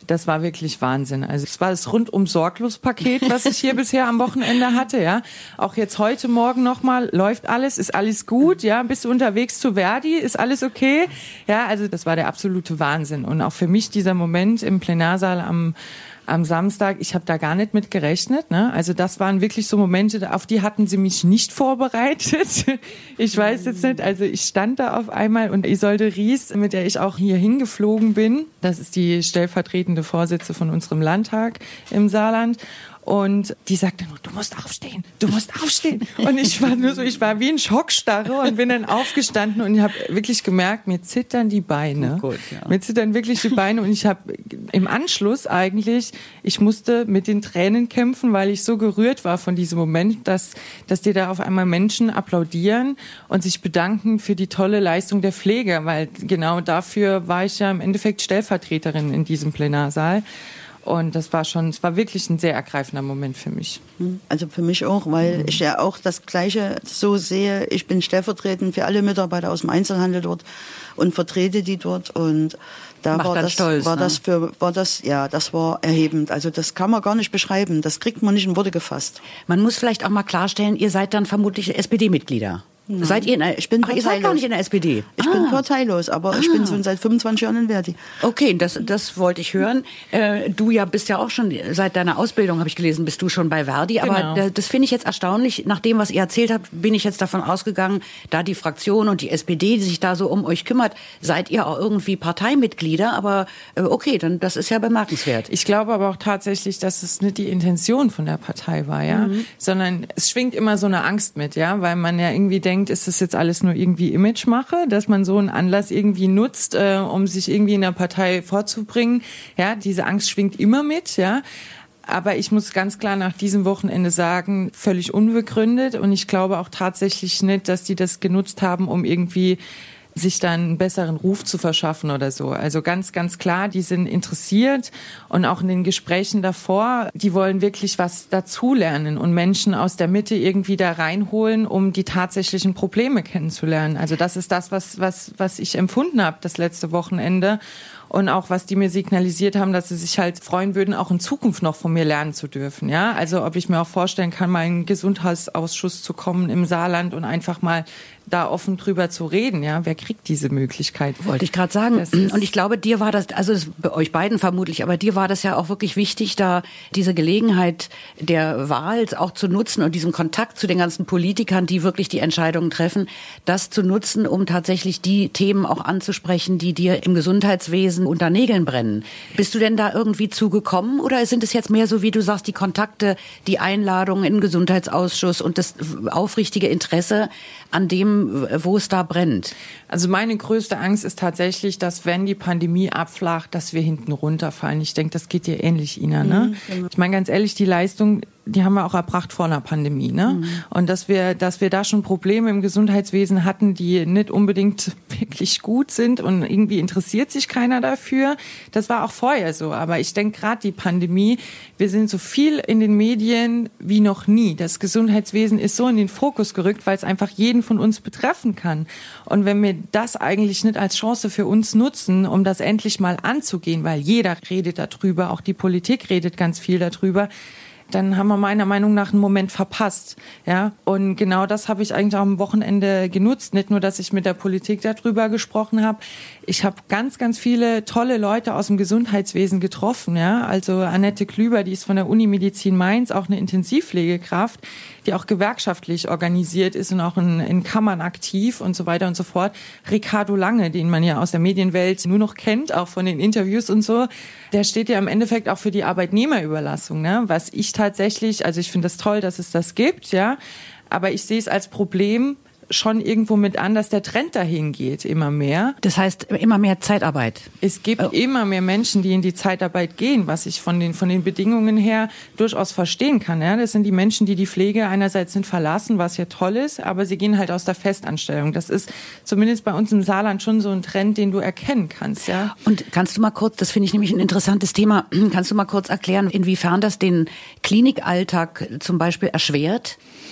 [SPEAKER 3] Das war wirklich Wahnsinn. Also es war das rundum sorglos Paket, was ich hier bisher am Wochenende hatte, ja. Auch jetzt heute Morgen nochmal, läuft alles, ist alles gut, ja. Bist du unterwegs zu Verdi, ist alles okay? Ja, also das war der absolute Wahnsinn. Und auch für mich dieser Moment im Plenarsaal am am Samstag, ich habe da gar nicht mit gerechnet, ne? Also das waren wirklich so Momente, auf die hatten sie mich nicht vorbereitet. Ich weiß jetzt nicht, also ich stand da auf einmal und Isolde Ries, mit der ich auch hier hingeflogen bin, das ist die stellvertretende Vorsitzende von unserem Landtag im Saarland. Und die sagte nur, du musst aufstehen, du musst aufstehen. Und ich war nur so, ich war wie ein Schockstarre und bin dann aufgestanden und ich habe wirklich gemerkt, mir zittern die Beine. Oh Gott, ja. Mir zittern wirklich die Beine und ich habe im Anschluss eigentlich, ich musste mit den Tränen kämpfen, weil ich so gerührt war von diesem Moment, dass, dass dir da auf einmal Menschen applaudieren und sich bedanken für die tolle Leistung der Pflege, weil genau dafür war ich ja im Endeffekt Stellvertreterin in diesem Plenarsaal. Und das war schon, es war wirklich ein sehr ergreifender Moment für mich.
[SPEAKER 4] Also für mich auch, weil ich ja auch das Gleiche so sehe. Ich bin stellvertretend für alle Mitarbeiter aus dem Einzelhandel dort und vertrete die dort. Und da war das, stolz, war ne? das für, war das, ja, das war erhebend. Also das kann man gar nicht beschreiben. Das kriegt man nicht in Worte gefasst.
[SPEAKER 2] Man muss vielleicht auch mal klarstellen, ihr seid dann vermutlich S P D-Mitglieder.
[SPEAKER 4] Nein. Seid ihr in der, ich bin
[SPEAKER 2] Ach, ihr seid gar nicht in der S P D?
[SPEAKER 4] Ich ah. bin parteilos, aber ah. ich bin schon seit fünfundzwanzig Jahren in Verdi.
[SPEAKER 2] Okay, das, das wollte ich hören. Äh, du ja bist ja auch schon, seit deiner Ausbildung, habe ich gelesen, bist du schon bei Verdi. Genau. Aber das finde ich jetzt erstaunlich. Nach dem, was ihr erzählt habt, bin ich jetzt davon ausgegangen, da die Fraktion und die S P D, die sich da so um euch kümmert, seid ihr auch irgendwie Parteimitglieder. Aber äh, okay, dann das ist ja bemerkenswert.
[SPEAKER 3] Ich glaube aber auch tatsächlich, dass es nicht die Intention von der Partei war, ja, mhm. sondern es schwingt immer so eine Angst mit, ja, weil man ja irgendwie denkt, ist das jetzt alles nur irgendwie Imagemache, dass man so einen Anlass irgendwie nutzt, äh, um sich irgendwie in der Partei vorzubringen. Ja, diese Angst schwingt immer mit, ja. Aber ich muss ganz klar nach diesem Wochenende sagen, völlig unbegründet. Und ich glaube auch tatsächlich nicht, dass die das genutzt haben, um irgendwie sich dann einen besseren Ruf zu verschaffen oder so. Also ganz, ganz klar, die sind interessiert und auch in den Gesprächen davor, die wollen wirklich was dazulernen und Menschen aus der Mitte irgendwie da reinholen, um die tatsächlichen Probleme kennenzulernen. Also das ist das, was, was, was ich empfunden habe das letzte Wochenende. Und auch, was die mir signalisiert haben, dass sie sich halt freuen würden, auch in Zukunft noch von mir lernen zu dürfen. Ja, also ob ich mir auch vorstellen kann, mal in einen Gesundheitsausschuss zu kommen im Saarland und einfach mal da offen drüber zu reden. Ja, wer kriegt diese Möglichkeit?
[SPEAKER 2] Wollte ich gerade sagen. Und ich glaube, dir war das, also das, bei euch beiden vermutlich, aber dir war das ja auch wirklich wichtig, da diese Gelegenheit der Wahl auch zu nutzen und diesen Kontakt zu den ganzen Politikern, die wirklich die Entscheidungen treffen, das zu nutzen, um tatsächlich die Themen auch anzusprechen, die dir im Gesundheitswesen unter Nägeln brennen. Bist du denn da irgendwie zugekommen oder sind es jetzt mehr so, wie du sagst, die Kontakte, die Einladungen in den Gesundheitsausschuss und das aufrichtige Interesse an dem, wo es da brennt?
[SPEAKER 3] Also meine größte Angst ist tatsächlich, dass wenn die Pandemie abflacht, dass wir hinten runterfallen. Ich denke, das geht dir ähnlich, Ina, ne? Mhm, genau. Ich meine, ganz ehrlich, die Leistung, die haben wir auch erbracht vor einer Pandemie, ne? Mhm. Und dass wir, dass wir da schon Probleme im Gesundheitswesen hatten, die nicht unbedingt wirklich gut sind und irgendwie interessiert sich keiner dafür. Das war auch vorher so. Aber ich denke gerade die Pandemie, wir sind so viel in den Medien wie noch nie. Das Gesundheitswesen ist so in den Fokus gerückt, weil es einfach jeden von uns betreffen kann. Und wenn wir das eigentlich nicht als Chance für uns nutzen, um das endlich mal anzugehen, weil jeder redet darüber, auch die Politik redet ganz viel darüber, dann haben wir meiner Meinung nach einen Moment verpasst. Ja, und genau das habe ich eigentlich auch am Wochenende genutzt. Nicht nur, dass ich mit der Politik darüber gesprochen habe. Ich habe ganz, ganz viele tolle Leute aus dem Gesundheitswesen getroffen. Ja, also Annette Klüber, die ist von der Uni Medizin Mainz, auch eine Intensivpflegekraft, die auch gewerkschaftlich organisiert ist und auch in, in Kammern aktiv und so weiter und so fort. Ricardo Lange, den man ja aus der Medienwelt nur noch kennt, auch von den Interviews und so, der steht ja im Endeffekt auch für die Arbeitnehmerüberlassung, ne? Was ich tatsächlich, also ich finde das toll, dass es das gibt, ja, aber ich sehe es als Problem schon irgendwo mit an, dass der Trend dahin geht, immer mehr.
[SPEAKER 2] Das heißt, immer mehr Zeitarbeit.
[SPEAKER 3] Es gibt oh. immer mehr Menschen, die in die Zeitarbeit gehen, was ich von den, von den Bedingungen her durchaus verstehen kann. Ja? Das sind die Menschen, die die Pflege einerseits sind verlassen, was ja toll ist, aber sie gehen halt aus der Festanstellung. Das ist zumindest bei uns im Saarland schon so ein Trend, den du erkennen kannst. Ja?
[SPEAKER 2] Und kannst du mal kurz, das finde ich nämlich ein interessantes Thema, kannst du mal kurz erklären, inwiefern das den Klinikalltag zum Beispiel erschwert?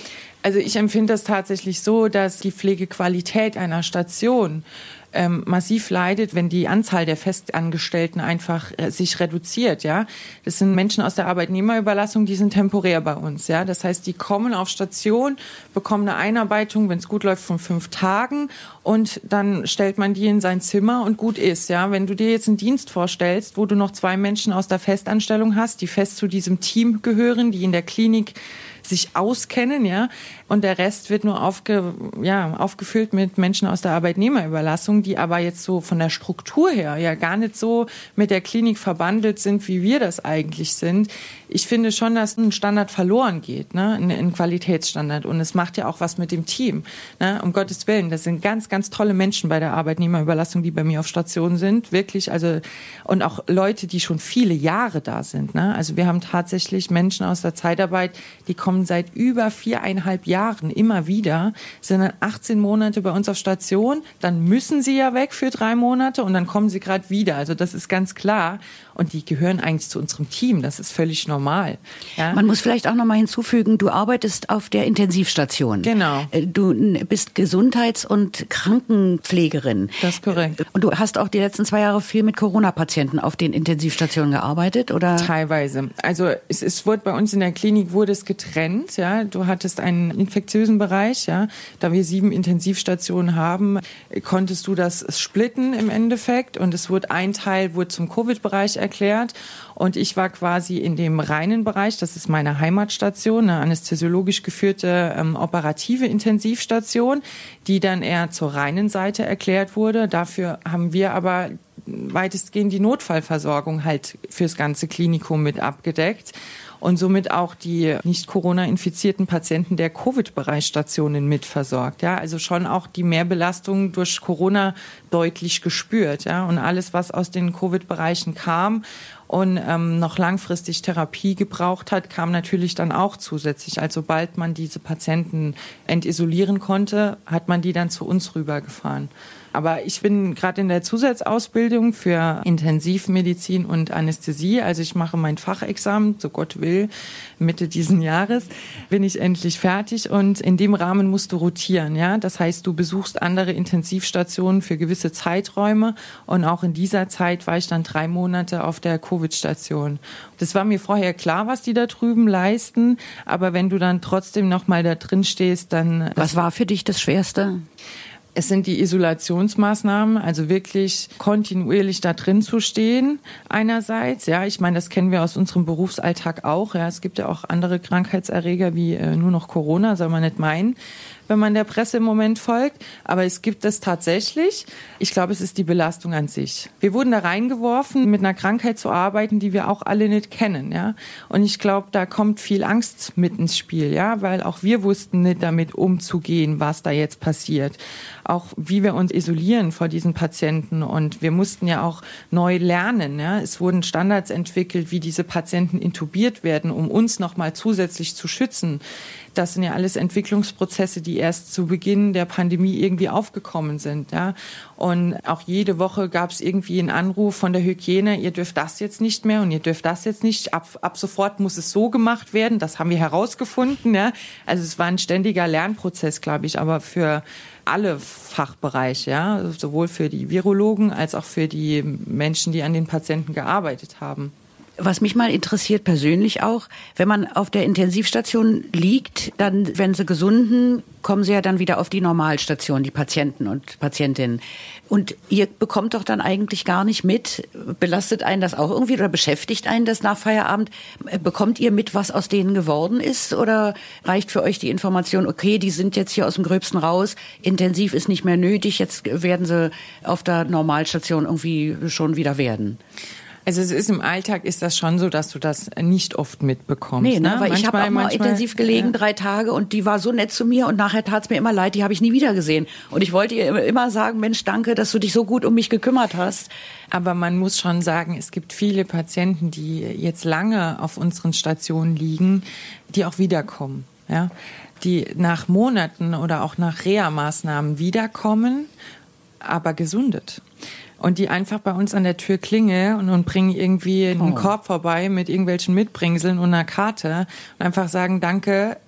[SPEAKER 3] Also ich empfinde das tatsächlich so, dass die Pflegequalität einer Station ähm, massiv leidet, wenn die Anzahl der Festangestellten einfach äh, sich reduziert, ja. Das sind Menschen aus der Arbeitnehmerüberlassung, die sind temporär bei uns, ja. Das heißt, die kommen auf Station, bekommen eine Einarbeitung, wenn es gut läuft, von fünf Tagen und dann stellt man die in sein Zimmer und gut ist, ja. Wenn du dir jetzt einen Dienst vorstellst, wo du noch zwei Menschen aus der Festanstellung hast, die fest zu diesem Team gehören, die in der Klinik sich auskennen, ja, und der Rest wird nur aufge, ja, aufgefüllt mit Menschen aus der Arbeitnehmerüberlassung, die aber jetzt so von der Struktur her ja gar nicht so mit der Klinik verbandelt sind, wie wir das eigentlich sind. Ich finde schon, dass ein Standard verloren geht, ne, ein, ein Qualitätsstandard, und es macht ja auch was mit dem Team, ne, um Gottes Willen. Das sind ganz, ganz tolle Menschen bei der Arbeitnehmerüberlassung, die bei mir auf Station sind, wirklich, also, und auch Leute, die schon viele Jahre da sind, ne, also wir haben tatsächlich Menschen aus der Zeitarbeit, die kommen seit über viereinhalb Jahren immer wieder, sind dann achtzehn Monate bei uns auf Station, dann müssen sie ja weg für drei Monate und dann kommen sie gerade wieder. Also das ist ganz klar. Und die gehören eigentlich zu unserem Team. Das ist völlig normal. Ja?
[SPEAKER 2] Man muss vielleicht auch noch mal hinzufügen, du arbeitest auf der Intensivstation.
[SPEAKER 3] Genau.
[SPEAKER 2] Du bist Gesundheits- und Krankenpflegerin.
[SPEAKER 3] Das ist korrekt.
[SPEAKER 2] Und du hast auch die letzten zwei Jahre viel mit Corona-Patienten auf den Intensivstationen gearbeitet, oder?
[SPEAKER 3] Teilweise. Also es, es wurde bei uns in der Klinik wurde es getrennt. Ja, du hattest einen infektiösen Bereich. Ja, da wir sieben Intensivstationen haben, konntest du das splitten im Endeffekt. Und es wurde ein Teil wurde zum Covid-Bereich erklärt. Und ich war quasi in dem reinen Bereich, das ist meine Heimatstation, eine anästhesiologisch geführte ähm, operative Intensivstation, die dann eher zur reinen Seite erklärt wurde. Dafür haben wir aber weitestgehend die Notfallversorgung halt fürs ganze Klinikum mit abgedeckt. Und somit auch die nicht Corona-infizierten Patienten der Covid-Bereichsstationen mitversorgt. Ja, also schon auch die Mehrbelastung durch Corona deutlich gespürt. Ja, und alles, was aus den Covid-Bereichen kam und ähm, noch langfristig Therapie gebraucht hat, kam natürlich dann auch zusätzlich. Also sobald man diese Patienten entisolieren konnte, hat man die dann zu uns rübergefahren. Aber ich bin gerade in der Zusatzausbildung für Intensivmedizin und Anästhesie. Also ich mache mein Fachexamen, so Gott will, Mitte diesen Jahres bin ich endlich fertig. Und in dem Rahmen musst du rotieren. Ja? Das heißt, du besuchst andere Intensivstationen für gewisse Zeiträume. Und auch in dieser Zeit war ich dann drei Monate auf der Covid-Station. Das war mir vorher klar, was die da drüben leisten. Aber wenn du dann trotzdem noch mal da drin stehst, dann...
[SPEAKER 2] Was war für dich das Schwerste?
[SPEAKER 3] Es sind die Isolationsmaßnahmen, also wirklich kontinuierlich da drin zu stehen einerseits. Ja, ich meine, das kennen wir aus unserem Berufsalltag auch. Ja, es gibt ja auch andere Krankheitserreger wie äh, nur noch Corona, soll man nicht meinen, wenn man der Presse im Moment folgt. Aber es gibt es tatsächlich. Ich glaube, es ist die Belastung an sich. Wir wurden da reingeworfen, mit einer Krankheit zu arbeiten, die wir auch alle nicht kennen. Ja, und ich glaube, da kommt viel Angst mit ins Spiel, ja, weil auch wir wussten nicht damit umzugehen, was da jetzt passiert. Auch wie wir uns isolieren vor diesen Patienten. Und wir mussten ja auch neu lernen. Ja. Es wurden Standards entwickelt, wie diese Patienten intubiert werden, um uns nochmal zusätzlich zu schützen. Das sind ja alles Entwicklungsprozesse, die erst zu Beginn der Pandemie irgendwie aufgekommen sind. Ja. Und auch jede Woche gab es irgendwie einen Anruf von der Hygiene, ihr dürft das jetzt nicht mehr und ihr dürft das jetzt nicht. Ab, ab sofort muss es so gemacht werden. Das haben wir herausgefunden. Ja. Also es war ein ständiger Lernprozess, glaube ich, aber für alle Fachbereiche, ja, sowohl für die Virologen als auch für die Menschen, die an den Patienten gearbeitet haben.
[SPEAKER 2] Was mich mal interessiert persönlich auch, wenn man auf der Intensivstation liegt, dann, wenn sie gesunden, kommen sie ja dann wieder auf die Normalstation, die Patienten und Patientinnen. Und ihr bekommt doch dann eigentlich gar nicht mit, belastet einen das auch irgendwie oder beschäftigt einen das nach Feierabend? Bekommt ihr mit, was aus denen geworden ist? Oder reicht für euch die Information, okay, die sind jetzt hier aus dem Gröbsten raus, intensiv ist nicht mehr nötig, jetzt werden sie auf der Normalstation irgendwie schon wieder werden?
[SPEAKER 3] Also es ist im Alltag ist das schon so, dass du das nicht oft mitbekommst.
[SPEAKER 2] Nee, ne?
[SPEAKER 3] ne?
[SPEAKER 2] Weil
[SPEAKER 3] manchmal,
[SPEAKER 2] ich habe auch mal
[SPEAKER 3] manchmal,
[SPEAKER 2] intensiv gelegen, ja. drei Tage, und die war so nett zu mir und nachher tat es mir immer leid, die habe ich nie wieder gesehen. Und ich wollte ihr immer sagen, Mensch, danke, dass du dich so gut um mich gekümmert hast.
[SPEAKER 3] Aber man muss schon sagen, es gibt viele Patienten, die jetzt lange auf unseren Stationen liegen, die auch wiederkommen. Ja? Die nach Monaten oder auch nach Reha-Maßnahmen wiederkommen, aber gesundet. Und die einfach bei uns an der Tür klingeln und, und bringen irgendwie einen oh. Korb vorbei mit irgendwelchen Mitbringseln und einer Karte und einfach sagen, danke,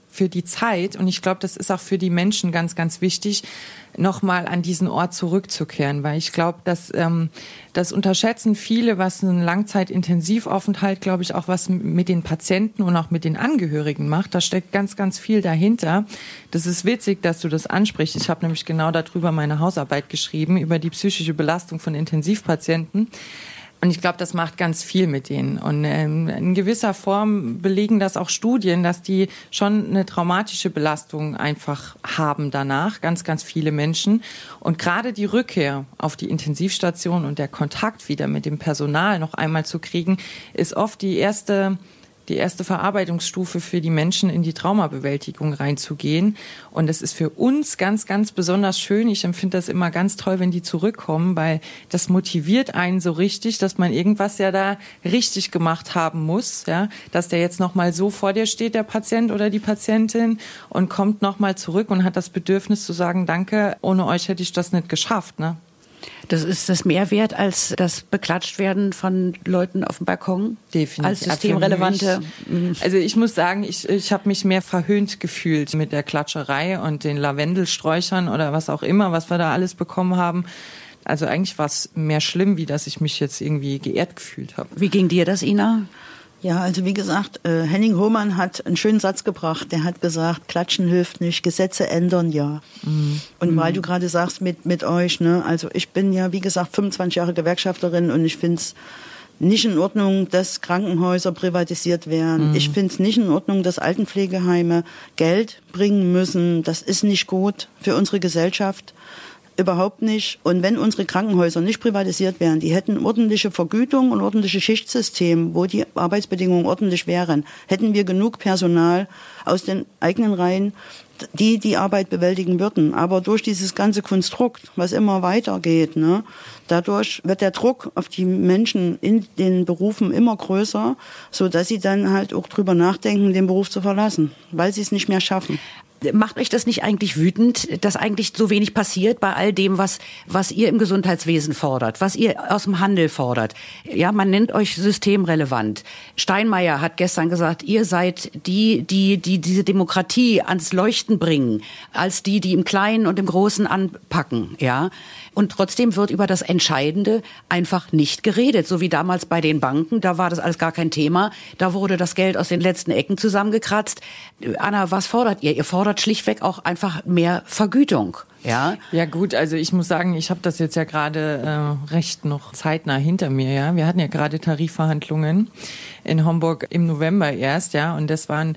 [SPEAKER 3] für die Zeit, und ich glaube, das ist auch für die Menschen ganz, ganz wichtig, nochmal an diesen Ort zurückzukehren, weil ich glaube, dass ähm, das unterschätzen viele, was ein Langzeitentensivaufenthalt, glaube ich, auch was mit den Patienten und auch mit den Angehörigen macht. Da steckt ganz, ganz viel dahinter. Das ist witzig, dass du das ansprichst. Ich habe nämlich genau darüber meine Hausarbeit geschrieben, über die psychische Belastung von Intensivpatienten. Und ich glaube, das macht ganz viel mit denen. Und ähm, in gewisser Form belegen das auch Studien, dass die schon eine traumatische Belastung einfach haben danach, ganz, ganz viele Menschen. Und gerade die Rückkehr auf die Intensivstation und der Kontakt wieder mit dem Personal noch einmal zu kriegen, ist oft die erste... die erste Verarbeitungsstufe für die Menschen, in die Traumabewältigung reinzugehen. Und das ist für uns ganz, ganz besonders schön. Ich empfinde das immer ganz toll, wenn die zurückkommen, weil das motiviert einen so richtig, dass man irgendwas ja da richtig gemacht haben muss, ja, dass der jetzt nochmal so vor dir steht, der Patient oder die Patientin, und kommt nochmal zurück und hat das Bedürfnis zu sagen, danke, ohne euch hätte ich das nicht geschafft, ne?
[SPEAKER 2] Das ist das mehr wert als das Beklatschtwerden von Leuten auf dem Balkon?
[SPEAKER 3] Definitiv.
[SPEAKER 2] Als systemrelevante.
[SPEAKER 3] Also ich muss sagen, ich, ich habe mich mehr verhöhnt gefühlt mit der Klatscherei und den Lavendelsträuchern oder was auch immer, was wir da alles bekommen haben. Also eigentlich war es mehr schlimm, wie dass ich mich jetzt irgendwie geehrt gefühlt habe.
[SPEAKER 2] Wie ging dir das, Ina?
[SPEAKER 4] Ja, also wie gesagt, äh, Henning Hohmann hat einen schönen Satz gebracht. Der hat gesagt, Klatschen hilft nicht, Gesetze ändern ja. Mhm. Und weil du gerade sagst, mit mit euch, ne, also ich bin ja, wie gesagt, fünfundzwanzig Jahre Gewerkschafterin, und ich finde es nicht in Ordnung, dass Krankenhäuser privatisiert werden. Mhm. Ich finde es nicht in Ordnung, dass Altenpflegeheime Geld bringen müssen. Das ist nicht gut für unsere Gesellschaft. Überhaupt nicht. Und wenn unsere Krankenhäuser nicht privatisiert wären, die hätten ordentliche Vergütung und ordentliche Schichtsystem, wo die Arbeitsbedingungen ordentlich wären, hätten wir genug Personal aus den eigenen Reihen, die die Arbeit bewältigen würden. Aber durch dieses ganze Konstrukt, was immer weitergeht, ne, dadurch wird der Druck auf die Menschen in den Berufen immer größer, so dass sie dann halt auch drüber nachdenken, den Beruf zu verlassen, weil sie es nicht mehr schaffen.
[SPEAKER 2] Macht euch das nicht eigentlich wütend, dass eigentlich so wenig passiert bei all dem, was was ihr im Gesundheitswesen fordert, was ihr aus dem Handel fordert? Ja, man nennt euch systemrelevant. Steinmeier hat gestern gesagt, ihr seid die, die die diese Demokratie ans Leuchten bringen, als die, die im Kleinen und im Großen anpacken, ja. Und trotzdem wird über das Entscheidende einfach nicht geredet. So wie damals bei den Banken, da war das alles gar kein Thema. Da wurde das Geld aus den letzten Ecken zusammengekratzt. Anna, was fordert ihr? Ihr fordert schlichtweg auch einfach mehr Vergütung. Ja,
[SPEAKER 3] ja gut, also ich muss sagen, ich habe das jetzt ja gerade äh, recht noch zeitnah hinter mir. Ja, wir hatten ja gerade Tarifverhandlungen in Homburg im November erst, ja, und das waren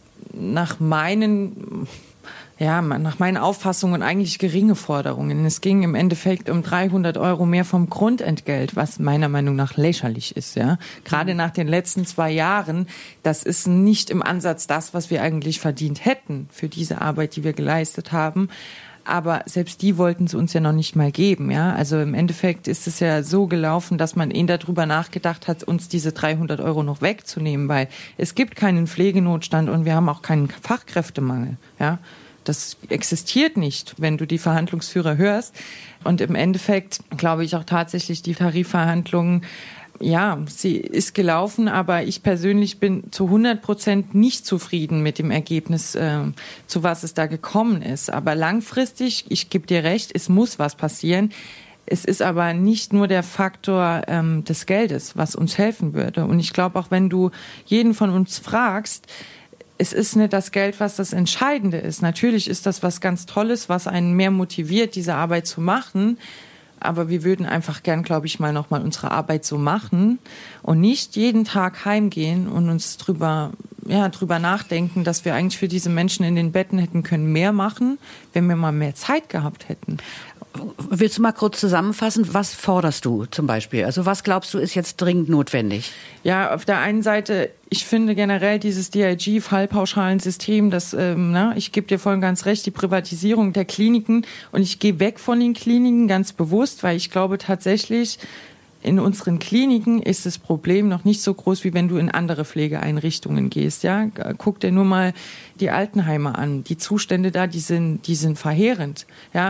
[SPEAKER 3] nach meinen... Ja, nach meinen Auffassungen eigentlich geringe Forderungen. Es ging im Endeffekt um dreihundert Euro mehr vom Grundentgelt, was meiner Meinung nach lächerlich ist. Ja, gerade nach den letzten zwei Jahren, das ist nicht im Ansatz das, was wir eigentlich verdient hätten für diese Arbeit, die wir geleistet haben. Aber selbst die wollten es uns ja noch nicht mal geben. Ja, also im Endeffekt ist es ja so gelaufen, dass man eher darüber nachgedacht hat, uns diese dreihundert Euro noch wegzunehmen, weil es gibt keinen Pflegenotstand und wir haben auch keinen Fachkräftemangel. Ja. Das existiert nicht, wenn du die Verhandlungsführer hörst. Und im Endeffekt glaube ich auch tatsächlich, die Tarifverhandlungen, ja, sie ist gelaufen, aber ich persönlich bin zu hundert Prozent nicht zufrieden mit dem Ergebnis, äh, zu was es da gekommen ist. Aber langfristig, ich gebe dir recht, es muss was passieren. Es ist aber nicht nur der Faktor ähm, des Geldes, was uns helfen würde. Und ich glaube, auch wenn du jeden von uns fragst, es ist nicht das Geld, was das Entscheidende ist. Natürlich ist das was ganz Tolles, was einen mehr motiviert, diese Arbeit zu machen. Aber wir würden einfach gern, glaube ich, mal nochmal unsere Arbeit so machen und nicht jeden Tag heimgehen und uns drüber, ja, drüber nachdenken, dass wir eigentlich für diese Menschen in den Betten hätten können mehr machen, wenn wir mal mehr Zeit gehabt hätten.
[SPEAKER 2] Willst du mal kurz zusammenfassen, was forderst du zum Beispiel? Also was glaubst du, ist jetzt dringend notwendig?
[SPEAKER 3] Ja, auf der einen Seite, ich finde generell dieses D I G-Fallpauschalensystem, das, ähm, na, ich gebe dir voll und ganz recht, die Privatisierung der Kliniken, und ich gehe weg von den Kliniken ganz bewusst, weil ich glaube tatsächlich, in unseren Kliniken ist das Problem noch nicht so groß, wie wenn du in andere Pflegeeinrichtungen gehst. Ja, guck dir nur mal die Altenheime an. Die Zustände da, die sind, die sind verheerend. Ja,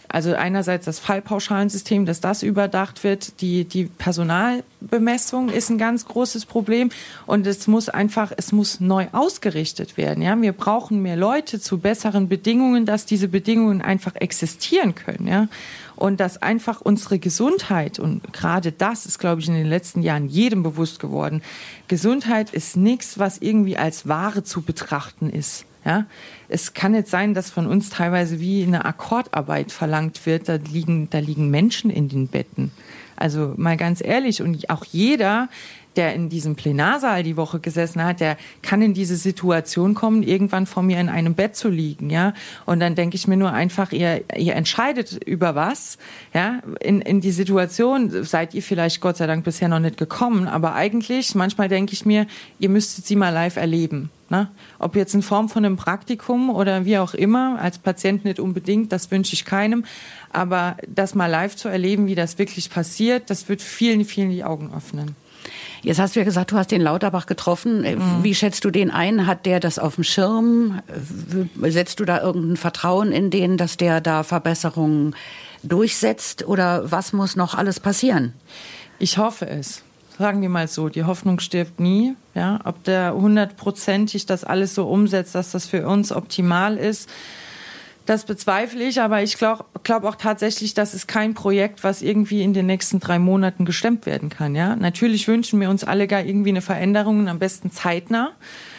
[SPEAKER 3] Also einerseits das Fallpauschalensystem, dass das überdacht wird. Die, die Personalbemessung ist ein ganz großes Problem. Und es muss einfach, es muss neu ausgerichtet werden. Ja, wir brauchen mehr Leute zu besseren Bedingungen, dass diese Bedingungen einfach existieren können. Ja, und dass einfach unsere Gesundheit, und gerade das ist, glaube ich, in den letzten Jahren jedem bewusst geworden, Gesundheit ist nichts, was irgendwie als Ware zu betrachten ist. Ja, es kann nicht sein, dass von uns teilweise wie eine Akkordarbeit verlangt wird. Da liegen, da liegen Menschen in den Betten. Also mal ganz ehrlich, und auch jeder, der in diesem Plenarsaal die Woche gesessen hat, der kann in diese Situation kommen, irgendwann vor mir in einem Bett zu liegen, ja. Und dann denke ich mir nur einfach, ihr, ihr entscheidet über was, ja. In, in die Situation seid ihr vielleicht Gott sei Dank bisher noch nicht gekommen, aber eigentlich, manchmal denke ich mir, ihr müsstet sie mal live erleben. Ne? Ob jetzt in Form von einem Praktikum oder wie auch immer, als Patient nicht unbedingt, das wünsche ich keinem, aber das mal live zu erleben, wie das wirklich passiert, das wird vielen, vielen die Augen öffnen.
[SPEAKER 2] Jetzt hast du ja gesagt, du hast den Lauterbach getroffen. Mhm. Wie schätzt du den ein? Hat der das auf dem Schirm? Setzt du da irgendein Vertrauen in den, dass der da Verbesserungen durchsetzt? Oder was muss noch alles passieren?
[SPEAKER 3] Ich hoffe es. Sagen wir mal so, die Hoffnung stirbt nie. Ja, ob der hundertprozentig das alles so umsetzt, dass das für uns optimal ist, das bezweifle ich. Aber ich glaube glaub auch tatsächlich, das ist kein Projekt, was irgendwie in den nächsten drei Monaten gestemmt werden kann. Ja, natürlich wünschen wir uns alle gar irgendwie eine Veränderung, am besten zeitnah.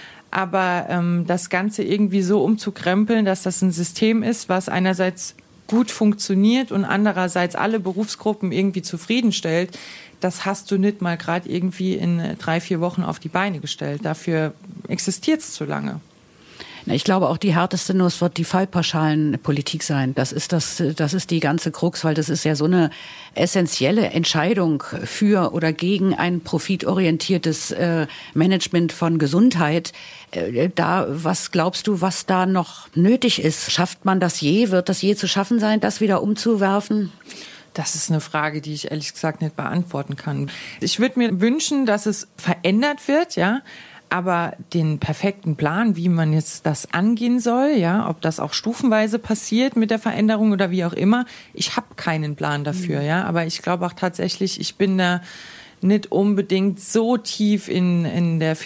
[SPEAKER 3] Aber ähm, das Ganze irgendwie so umzukrempeln, dass das ein System ist, was einerseits gut funktioniert und andererseits alle Berufsgruppen irgendwie zufriedenstellt, das hast du nicht mal gerade irgendwie in drei, vier Wochen auf die Beine gestellt. Dafür existiert es zu lange.
[SPEAKER 2] Ich glaube, auch die härteste Nuss wird die Fallpauschalenpolitik sein. Das ist das, das ist die ganze Krux, weil das ist ja so eine essentielle Entscheidung für oder gegen ein profitorientiertes äh, Management von Gesundheit. Äh, da, was glaubst du, was da noch nötig ist? Schafft man das je? Wird das je zu schaffen sein, das wieder umzuwerfen?
[SPEAKER 3] Das ist eine Frage, die ich ehrlich gesagt nicht beantworten kann. Ich würde mir wünschen, dass es verändert wird, ja. Aber den perfekten Plan, wie man jetzt das angehen soll, ja, ob das auch stufenweise passiert mit der Veränderung oder wie auch immer, ich habe keinen Plan dafür, ja. Aber ich glaube auch tatsächlich, ich bin da nicht unbedingt so tief in, in der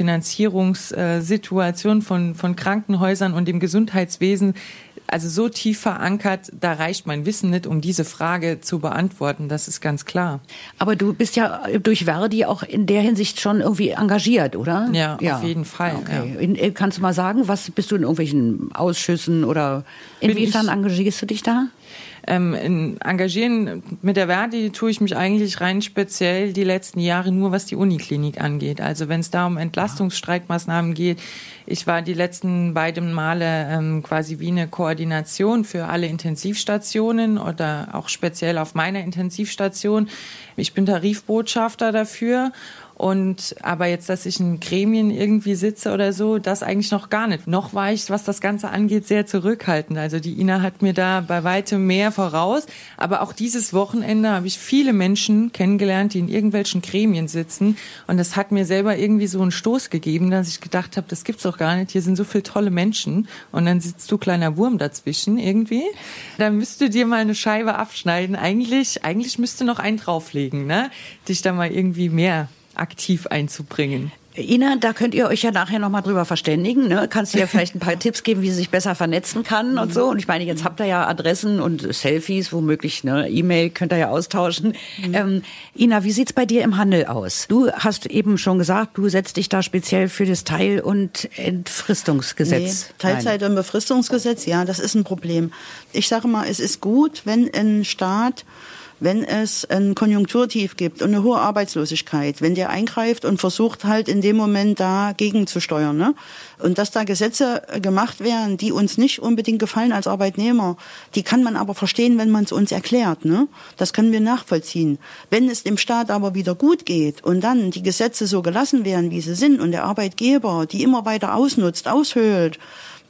[SPEAKER 3] Finanzierungssituation von, von Krankenhäusern und dem Gesundheitswesen, also so tief verankert, da reicht mein Wissen nicht, um diese Frage zu beantworten. Das ist ganz klar.
[SPEAKER 2] Aber du bist ja durch Verdi auch in der Hinsicht schon irgendwie engagiert, oder?
[SPEAKER 3] Ja, ja. Auf jeden Fall.
[SPEAKER 2] Okay.
[SPEAKER 3] Ja.
[SPEAKER 2] In, kannst du mal sagen, was bist du in irgendwelchen Ausschüssen oder inwiefern ich, engagierst du dich da?
[SPEAKER 3] Ähm, in engagieren mit der Verdi tue ich mich eigentlich rein speziell die letzten Jahre nur, was die Uniklinik angeht. Also wenn es da um Entlastungsstreikmaßnahmen geht, ich war die letzten beiden Male ähm, quasi wie eine Koordination für alle Intensivstationen oder auch speziell auf meiner Intensivstation. Ich bin Tarifbotschafter dafür. Und aber jetzt, dass ich in Gremien irgendwie sitze oder so, das eigentlich noch gar nicht. Noch war ich, was das Ganze angeht, sehr zurückhaltend. Also die Ina hat mir da bei weitem mehr voraus. Aber auch dieses Wochenende habe ich viele Menschen kennengelernt, die in irgendwelchen Gremien sitzen. Und das hat mir selber irgendwie so einen Stoß gegeben, dass ich gedacht habe, das gibt's doch gar nicht. Hier sind so viele tolle Menschen. Und dann sitzt du kleiner Wurm dazwischen irgendwie. Da müsst du dir mal eine Scheibe abschneiden. Eigentlich, eigentlich müsste noch einen drauflegen, ne? Dich da mal irgendwie mehr aktiv einzubringen.
[SPEAKER 2] Ina, da könnt ihr euch ja nachher noch mal drüber verständigen. Ne? Kannst du ja vielleicht ein paar Tipps geben, wie sie sich besser vernetzen kann und so. Und ich meine, jetzt habt ihr ja Adressen und Selfies, womöglich, ne, E-Mail könnt ihr ja austauschen. Mhm. Ähm, Ina, wie sieht's bei dir im Handel aus? Du hast eben schon gesagt, du setzt dich da speziell für das Teil- und Entfristungsgesetz.
[SPEAKER 4] Nee, Teilzeit- und Befristungsgesetz, ja, das ist ein Problem. Ich sage mal, es ist gut, wenn ein Staat, wenn es ein Konjunkturtief gibt und eine hohe Arbeitslosigkeit, wenn der eingreift und versucht halt in dem Moment da gegenzusteuern, ne? Und dass da Gesetze gemacht werden, die uns nicht unbedingt gefallen als Arbeitnehmer, die kann man aber verstehen, wenn man es uns erklärt, ne? Das können wir nachvollziehen. Wenn es dem Staat aber wieder gut geht und dann die Gesetze so gelassen werden, wie sie sind und der Arbeitgeber die immer weiter ausnutzt, aushöhlt,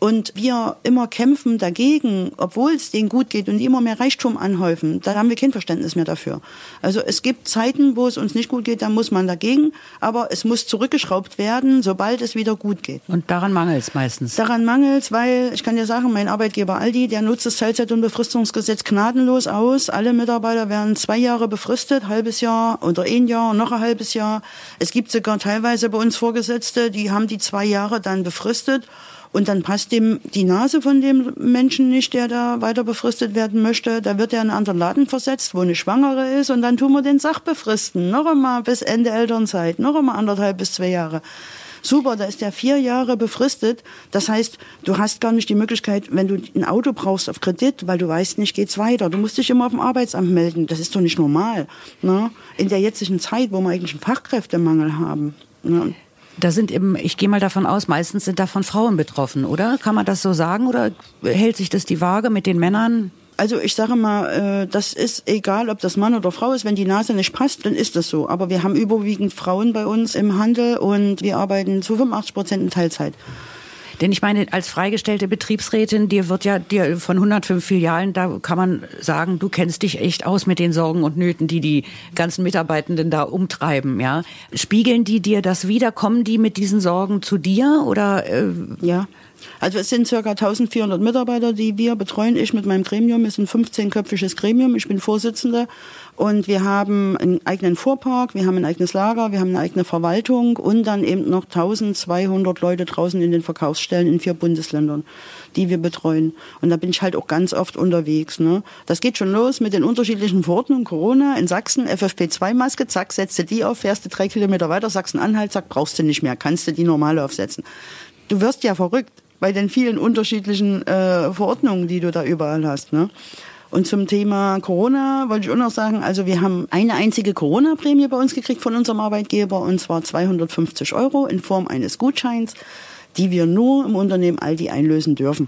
[SPEAKER 4] und wir immer kämpfen dagegen, obwohl es denen gut geht und die immer mehr Reichtum anhäufen, da haben wir kein Verständnis mehr dafür. Also es gibt Zeiten, wo es uns nicht gut geht, da muss man dagegen, aber es muss zurückgeschraubt werden, sobald es wieder gut geht.
[SPEAKER 2] Und daran mangelt es meistens?
[SPEAKER 4] Daran mangelt es, weil, ich kann dir sagen, mein Arbeitgeber Aldi, der nutzt das Teilzeit- und Befristungsgesetz gnadenlos aus. Alle Mitarbeiter werden zwei Jahre befristet, halbes Jahr oder ein Jahr, noch ein halbes Jahr. Es gibt sogar teilweise bei uns Vorgesetzte, die haben die zwei Jahre dann befristet. Und dann passt dem die Nase von dem Menschen nicht, der da weiter befristet werden möchte. Da wird er in einen anderen Laden versetzt, wo eine Schwangere ist. Und dann tun wir den Sach befristen. Noch einmal bis Ende Elternzeit. Noch einmal anderthalb bis zwei Jahre. Super, da ist der vier Jahre befristet. Das heißt, du hast gar nicht die Möglichkeit, wenn du ein Auto brauchst auf Kredit, weil du weißt nicht, geht's weiter. Du musst dich immer auf dem Arbeitsamt melden. Das ist doch nicht normal. Ne? In der jetzigen Zeit, wo wir eigentlich einen Fachkräftemangel haben. Ne?
[SPEAKER 2] Da sind eben, ich gehe mal davon aus, meistens sind davon Frauen betroffen, oder? Kann man das so sagen oder hält sich das die Waage mit den Männern?
[SPEAKER 4] Also ich sage mal, das ist egal, ob das Mann oder Frau ist. Wenn die Nase nicht passt, dann ist das so. Aber wir haben überwiegend Frauen bei uns im Handel und wir arbeiten zu fünfundachtzig Prozent in Teilzeit.
[SPEAKER 2] Denn ich meine, als freigestellte Betriebsrätin, dir wird ja dir von hundertfünf Filialen, da kann man sagen, du kennst dich echt aus mit den Sorgen und Nöten, die die ganzen Mitarbeitenden da umtreiben, ja. Spiegeln die dir das wider? Kommen die mit diesen Sorgen zu dir oder? Äh
[SPEAKER 4] ja. Also es sind ca. eintausendvierhundert Mitarbeiter, die wir betreuen. Ich mit meinem Gremium, es ist ein fünfzehnköpfiges Gremium, ich bin Vorsitzende und wir haben einen eigenen Fuhrpark, wir haben ein eigenes Lager, wir haben eine eigene Verwaltung und dann eben noch eintausendzweihundert Leute draußen in den Verkaufsstellen in vier Bundesländern, die wir betreuen. Und da bin ich halt auch ganz oft unterwegs. Ne? Das geht schon los mit den unterschiedlichen Verordnungen. Corona in Sachsen, F F P zwei Maske, zack, setzt du die auf, fährst du drei Kilometer weiter, Sachsen-Anhalt, zack, brauchst du nicht mehr, kannst du die normale aufsetzen. Du wirst ja verrückt bei den vielen unterschiedlichen äh, Verordnungen, die du da überall hast. Ne? Und zum Thema Corona wollte ich auch noch sagen, also wir haben eine einzige Corona-Prämie bei uns gekriegt von unserem Arbeitgeber und zwar zweihundertfünfzig Euro in Form eines Gutscheins, die wir nur im Unternehmen Aldi einlösen dürfen.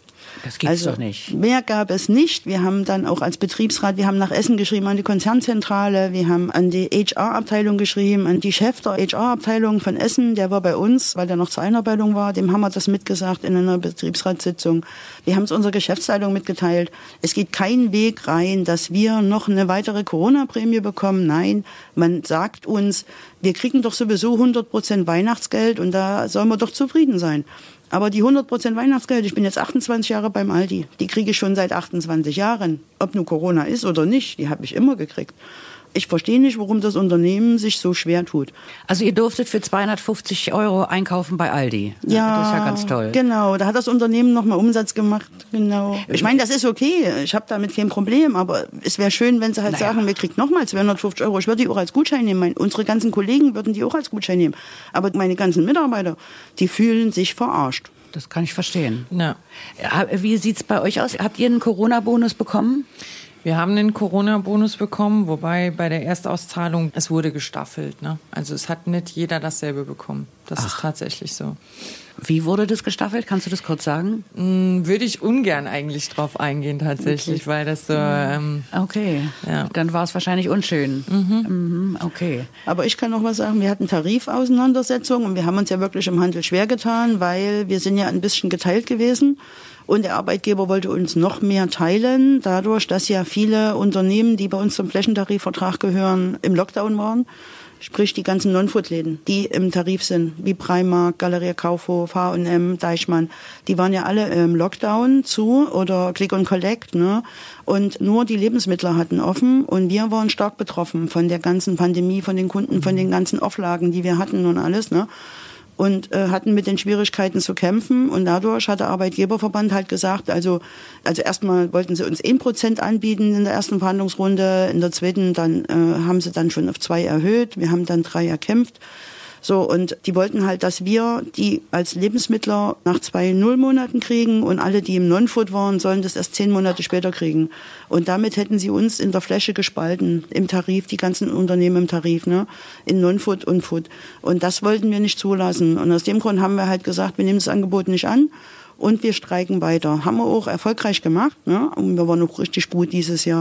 [SPEAKER 2] Das gibt's
[SPEAKER 4] also,
[SPEAKER 2] doch nicht.
[SPEAKER 4] Mehr gab es nicht. Wir haben dann auch als Betriebsrat, wir haben nach Essen geschrieben an die Konzernzentrale, wir haben an die H R-Abteilung geschrieben, an die Chef der H R-Abteilung von Essen, der war bei uns, weil der noch zur Einarbeitung war, dem haben wir das mitgesagt in einer Betriebsratssitzung. Wir haben es unserer Geschäftsleitung mitgeteilt. Es geht kein Weg rein, dass wir noch eine weitere Corona-Prämie bekommen. Nein, man sagt uns, wir kriegen doch sowieso hundert Prozent Weihnachtsgeld und da sollen wir doch zufrieden sein. Aber die hundert Prozent Weihnachtsgeld, ich bin jetzt achtundzwanzig Jahre beim Aldi, die kriege ich schon seit achtundzwanzig Jahren. Ob nur Corona ist oder nicht, die habe ich immer gekriegt. Ich verstehe nicht, warum das Unternehmen sich so schwer tut.
[SPEAKER 2] Also ihr durftet für zweihundertfünfzig Euro einkaufen bei Aldi.
[SPEAKER 4] Ja,
[SPEAKER 2] das ist ja ganz toll.
[SPEAKER 4] Genau, da hat das Unternehmen nochmal Umsatz gemacht. Genau. Ich meine, das ist okay, ich habe damit kein Problem, aber es wäre schön, wenn sie halt naja. sagen, wir kriegen nochmal zweihundertfünfzig Euro. Ich würde die auch als Gutschein nehmen. Meine, unsere ganzen Kollegen würden die auch als Gutschein nehmen. Aber meine ganzen Mitarbeiter, die fühlen sich verarscht.
[SPEAKER 2] Das kann ich verstehen.
[SPEAKER 3] Ja.
[SPEAKER 2] Wie sieht's bei euch aus? Habt ihr einen Corona-Bonus bekommen?
[SPEAKER 3] Wir haben einen Corona-Bonus bekommen, wobei bei der Erstauszahlung, es wurde gestaffelt. Ne? Also es hat nicht jeder dasselbe bekommen. Das Ach. ist tatsächlich so.
[SPEAKER 2] Wie wurde das gestaffelt? Kannst du das kurz sagen?
[SPEAKER 3] Mm, würde ich ungern eigentlich drauf eingehen tatsächlich, okay. weil das so... Ähm,
[SPEAKER 2] okay, ja. Dann war es wahrscheinlich unschön. Mhm. Mhm. Okay.
[SPEAKER 4] Aber ich kann noch was sagen, wir hatten Tarifauseinandersetzungen und wir haben uns ja wirklich im Handel schwer getan, weil wir sind ja ein bisschen geteilt gewesen. Und der Arbeitgeber wollte uns noch mehr teilen, dadurch, dass ja viele Unternehmen, die bei uns zum Flächentarifvertrag gehören, im Lockdown waren. Sprich die ganzen Non-Food-Läden, die im Tarif sind, wie Primark, Galeria Kaufhof, H und M, Deichmann, die waren ja alle im Lockdown zu oder Click and Collect, ne? Und nur die Lebensmittler hatten offen und wir waren stark betroffen von der ganzen Pandemie, von den Kunden, von den ganzen Auflagen, die wir hatten und alles, ne? Und äh, hatten mit den Schwierigkeiten zu kämpfen. Und dadurch hat der Arbeitgeberverband halt gesagt, also also erstmal wollten sie uns ein Prozent anbieten in der ersten Verhandlungsrunde, in der zweiten dann äh, haben sie dann schon auf zwei erhöht, wir haben dann drei erkämpft. So, und die wollten halt, dass wir die als Lebensmittler nach zwei Nullmonaten kriegen und alle, die im Non-Food waren, sollen das erst zehn Monate später kriegen. Und damit hätten sie uns in der Fläche gespalten, im Tarif, die ganzen Unternehmen im Tarif, ne, in Non-Food und Food. Und das wollten wir nicht zulassen. Und aus dem Grund haben wir halt gesagt, wir nehmen das Angebot nicht an und wir streiken weiter. Haben wir auch erfolgreich gemacht, ne, und wir waren auch richtig gut dieses Jahr.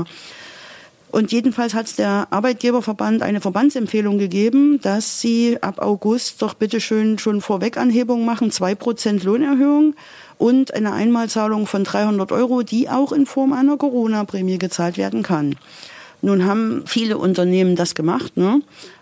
[SPEAKER 4] Und jedenfalls hat es der Arbeitgeberverband eine Verbandsempfehlung gegeben, dass sie ab August doch bitte schön schon Vorweganhebung machen, zwei Prozent Lohnerhöhung und eine Einmalzahlung von dreihundert Euro, die auch in Form einer Corona-Prämie gezahlt werden kann. Nun haben viele Unternehmen das gemacht, ne?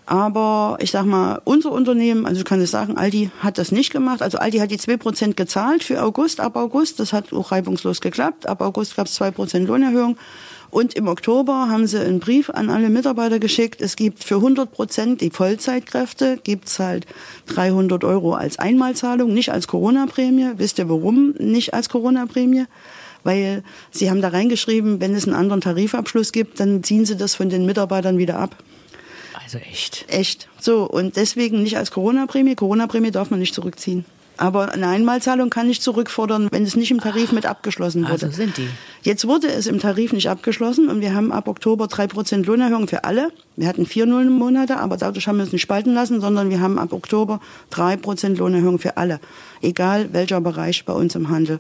[SPEAKER 4] Aber ich sag mal, unser Unternehmen, also ich kann es sagen, Aldi hat das nicht gemacht. Also Aldi hat die zwei Prozent gezahlt für August, ab August. Das hat auch reibungslos geklappt. Ab August gab es zwei Prozent Lohnerhöhung. Und im Oktober haben sie einen Brief an alle Mitarbeiter geschickt. Es gibt für hundert Prozent die Vollzeitkräfte, gibt's halt dreihundert Euro als Einmalzahlung, nicht als Corona-Prämie. Wisst ihr warum nicht als Corona-Prämie? Weil sie haben da reingeschrieben, wenn es einen anderen Tarifabschluss gibt, dann ziehen sie das von den Mitarbeitern wieder ab.
[SPEAKER 2] Also echt?
[SPEAKER 4] Echt. So, und deswegen nicht als Corona-Prämie. Corona-Prämie darf man nicht zurückziehen. Aber eine Einmalzahlung kann ich zurückfordern, wenn es nicht im Tarif mit abgeschlossen wurde.
[SPEAKER 2] Also sind die.
[SPEAKER 4] Jetzt wurde es im Tarif nicht abgeschlossen und wir haben ab Oktober drei Prozent Lohnerhöhung für alle. Wir hatten vier Nullmonate, aber dadurch haben wir es nicht spalten lassen, sondern wir haben ab Oktober drei Prozent Lohnerhöhung für alle. Egal welcher Bereich bei uns im Handel.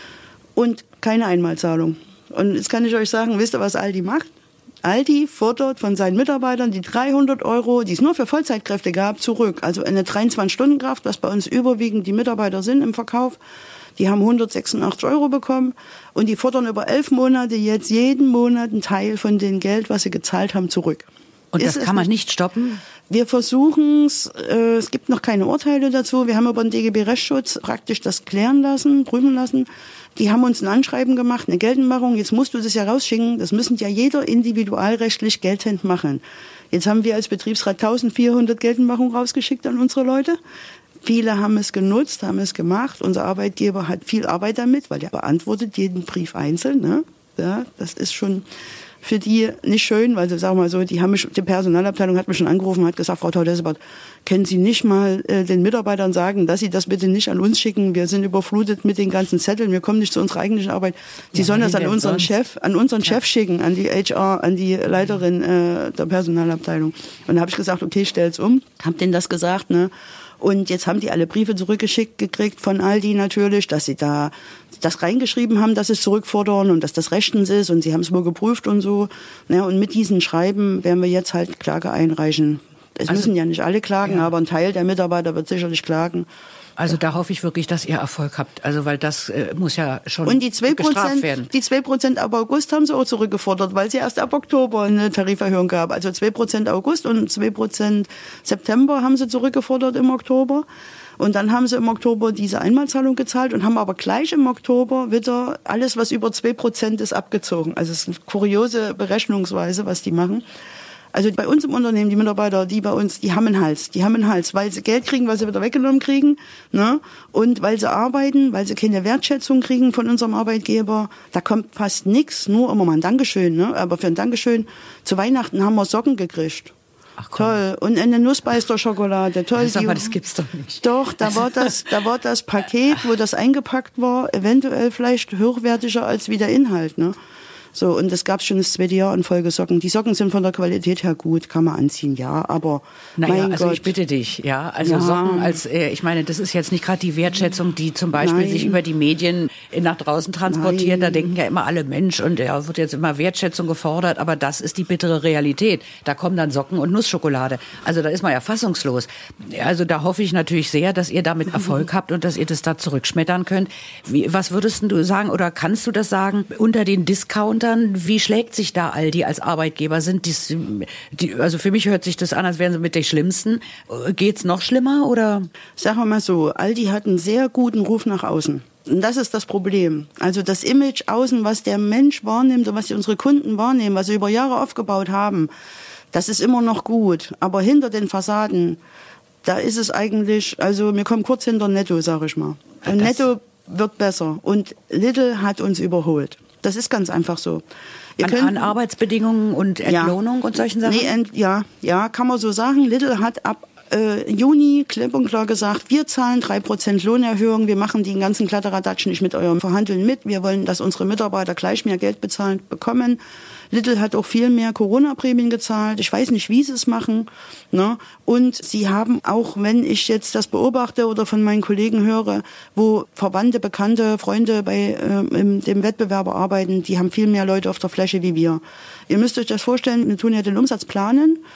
[SPEAKER 4] Und keine Einmalzahlung. Und jetzt kann ich euch sagen, wisst ihr, was Aldi macht? Aldi fordert von seinen Mitarbeitern die dreihundert Euro, die es nur für Vollzeitkräfte gab, zurück. Also eine dreiundzwanzig-Stunden-Kraft, was bei uns überwiegend die Mitarbeiter sind im Verkauf. Die haben hundertsechsundachtzig Euro bekommen und die fordern über elf Monate jetzt jeden Monat einen Teil von dem Geld, was sie gezahlt haben, zurück.
[SPEAKER 2] Und das kann man nicht stoppen?
[SPEAKER 4] Wir versuchen es, äh, es gibt noch keine Urteile dazu. Wir haben über den D G B-Rechtsschutz praktisch das klären lassen, prüfen lassen. Die haben uns ein Anschreiben gemacht, eine Geltendmachung. Jetzt musst du das ja rausschicken. Das müssen ja jeder individualrechtlich geltend machen. Jetzt haben wir als Betriebsrat eintausendvierhundert Geltendmachungen rausgeschickt an unsere Leute. Viele haben es genutzt, haben es gemacht. Unser Arbeitgeber hat viel Arbeit damit, weil er beantwortet jeden Brief einzeln. Ne? Ja, das ist schon für die nicht schön, weil, sag mal so, die haben mich, die Personalabteilung hat mich schon angerufen und hat gesagt, Frau Tau-Dessebart, können Sie nicht mal äh, den Mitarbeitern sagen, dass sie das bitte nicht an uns schicken? Wir sind überflutet mit den ganzen Zetteln, wir kommen nicht zu unserer eigentlichen Arbeit. Sie ja, sollen das an unseren sonst? Chef, an unseren ja. Chef schicken, an die H R, an die Leiterin äh, der Personalabteilung. Und da habe ich gesagt, okay, ich stell's um. Hab denen das gesagt, ne? Und jetzt haben die alle Briefe zurückgeschickt gekriegt von Aldi natürlich, dass sie da das reingeschrieben haben, dass sie es zurückfordern und dass das rechtens ist und sie haben es wohl geprüft und so. Ja, und mit diesen Schreiben werden wir jetzt halt Klage einreichen. Es also, müssen ja nicht alle klagen, ja. aber ein Teil der Mitarbeiter wird sicherlich klagen.
[SPEAKER 2] Also da hoffe ich wirklich, dass ihr Erfolg habt. Also weil das äh, muss ja schon
[SPEAKER 4] und die zwei Prozent,
[SPEAKER 2] gestraft werden.
[SPEAKER 4] Die zwei Prozent ab August haben sie auch zurückgefordert, weil sie erst ab Oktober eine Tariferhöhung gab. Also zwei Prozent August und zwei Prozent September haben sie zurückgefordert im Oktober. Und dann haben sie im Oktober diese Einmalzahlung gezahlt und haben aber gleich im Oktober wieder alles, was über zwei Prozent ist, abgezogen. Also es ist eine kuriose Berechnungsweise, was die machen. Also bei uns im Unternehmen, die Mitarbeiter, die bei uns, die haben einen Hals. Die haben einen Hals, weil sie Geld kriegen, was sie wieder weggenommen kriegen, ne? Und weil sie arbeiten, weil sie keine Wertschätzung kriegen von unserem Arbeitgeber. Da kommt fast nichts, nur immer mal ein Dankeschön, ne? Aber für ein Dankeschön zu Weihnachten haben wir Socken gekriegt. Ach komm. Toll. Und eine Nussbeister-Schokolade. Toll.
[SPEAKER 2] Das, aber das gibt's doch nicht.
[SPEAKER 4] Doch, da war das, da war das Paket, wo das eingepackt war, eventuell vielleicht hochwertiger als wie der Inhalt, ne? So, und das gab's schon das zweite Jahr in Folge Socken. Die Socken sind von der Qualität her gut, kann man anziehen, ja, aber
[SPEAKER 2] naja,
[SPEAKER 4] mein
[SPEAKER 2] also
[SPEAKER 4] Gott.
[SPEAKER 2] ich bitte dich, ja, also
[SPEAKER 4] ja.
[SPEAKER 2] Socken als, äh, ich meine, das ist jetzt nicht gerade die Wertschätzung, die zum Beispiel
[SPEAKER 4] Nein.
[SPEAKER 2] sich über die Medien nach draußen transportiert.
[SPEAKER 4] Nein.
[SPEAKER 2] Da denken ja immer alle, Mensch, und ja, wird jetzt immer Wertschätzung gefordert, aber das ist die bittere Realität. Da kommen dann Socken und Nussschokolade. Also da ist man ja fassungslos. Also da hoffe ich natürlich sehr, dass ihr damit Erfolg habt und dass ihr das da zurückschmettern könnt. Wie, was würdest du sagen oder kannst du das sagen unter den Discountern? Wie schlägt sich da Aldi als Arbeitgeber? Sind dies, die, also für mich hört sich das an, als wären sie mit den Schlimmsten. Geht's noch schlimmer oder?
[SPEAKER 4] Sagen wir mal so, Aldi hat einen sehr guten Ruf nach außen. Und das ist das Problem. Also das Image außen, was der Mensch wahrnimmt und was unsere Kunden wahrnehmen, was sie über Jahre aufgebaut haben, das ist immer noch gut. Aber hinter den Fassaden, da ist es eigentlich, also wir kommen kurz hinter Netto, sag ich mal. Und Netto wird besser und Lidl hat uns überholt. Das ist ganz einfach so.
[SPEAKER 2] An, könnt, an Arbeitsbedingungen und Entlohnung ja, und solchen Sachen?
[SPEAKER 4] Nee, ent, ja, ja, kann man so sagen. Lidl hat ab äh, Juni klipp und klar gesagt, wir zahlen drei Prozent Lohnerhöhung, wir machen den ganzen Kladderadatsch nicht mit eurem Verhandeln mit, wir wollen, dass unsere Mitarbeiter gleich mehr Geld bezahlt bekommen. Lidl hat auch viel mehr Corona-Prämien gezahlt. Ich weiß nicht, wie sie es machen. Ne? Und sie haben auch, wenn ich jetzt das beobachte oder von meinen Kollegen höre, wo Verwandte, Bekannte, Freunde bei äh, im, dem Wettbewerber arbeiten, die haben viel mehr Leute auf der Fläche wie wir. Ihr müsst euch das vorstellen, wir tun ja den Umsatz planen.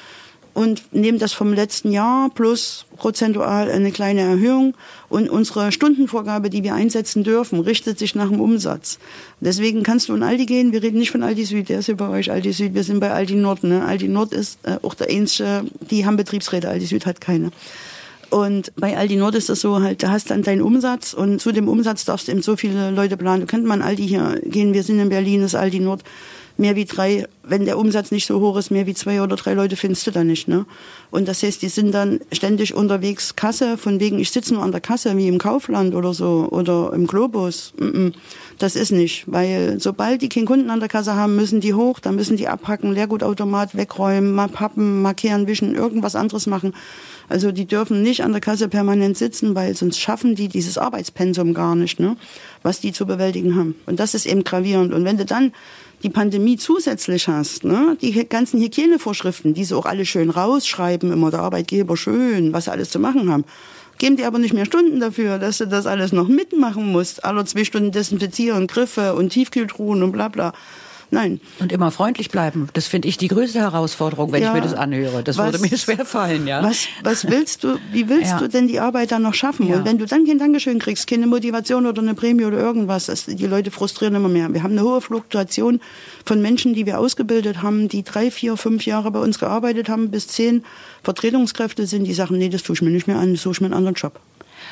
[SPEAKER 4] und nehmen das vom letzten Jahr plus prozentual eine kleine Erhöhung. Und unsere Stundenvorgabe, die wir einsetzen dürfen, richtet sich nach dem Umsatz. Deswegen kannst du in Aldi gehen. Wir reden nicht von Aldi Süd, der ist hier bei euch Aldi Süd. Wir sind bei Aldi Nord. Ne? Aldi Nord ist äh, auch der einzige, die haben Betriebsräte, Aldi Süd hat keine. Und bei Aldi Nord ist das so halt, da hast dann deinen Umsatz und zu dem Umsatz darfst du eben so viele Leute planen. Du könnt mal in Aldi hier gehen, wir sind in Berlin, das Aldi Nord. Mehr wie drei, wenn der Umsatz nicht so hoch ist, mehr wie zwei oder drei Leute findest du da nicht, ne? Und das heißt, die sind dann ständig unterwegs Kasse, von wegen, ich sitze nur an der Kasse, wie im Kaufland oder so, oder im Globus. Das ist nicht, weil sobald die keinen Kunden an der Kasse haben, müssen die hoch, dann müssen die abhacken, Leergutautomat wegräumen, mal pappen, markieren, wischen, irgendwas anderes machen. Also die dürfen nicht an der Kasse permanent sitzen, weil sonst schaffen die dieses Arbeitspensum gar nicht, ne? Was die zu bewältigen haben. Und das ist eben gravierend. Und wenn du dann die Pandemie zusätzlich hast, ne, die ganzen Hygienevorschriften, die sie auch alle schön rausschreiben, immer der Arbeitgeber schön, was sie alles zu machen haben, geben die aber nicht mehr Stunden dafür, dass du das alles noch mitmachen musst. Alle zwei Stunden desinfizieren, Griffe und Tiefkühltruhen und bla bla. Nein.
[SPEAKER 2] Und immer freundlich bleiben. Das finde ich die größte Herausforderung, wenn ja, ich mir das anhöre. Das was, würde mir schwer fallen, ja.
[SPEAKER 4] Was, was willst du, wie willst ja. du denn die Arbeit dann noch schaffen? Ja. Und wenn du dann kein Dankeschön kriegst, keine Motivation oder eine Prämie oder irgendwas, das, die Leute frustrieren immer mehr. Wir haben eine hohe Fluktuation von Menschen, die wir ausgebildet haben, die drei, vier, fünf Jahre bei uns gearbeitet haben, bis zehn Vertretungskräfte sind, die sagen, nee, das tue ich mir nicht mehr an, das suche ich mir einen anderen Job.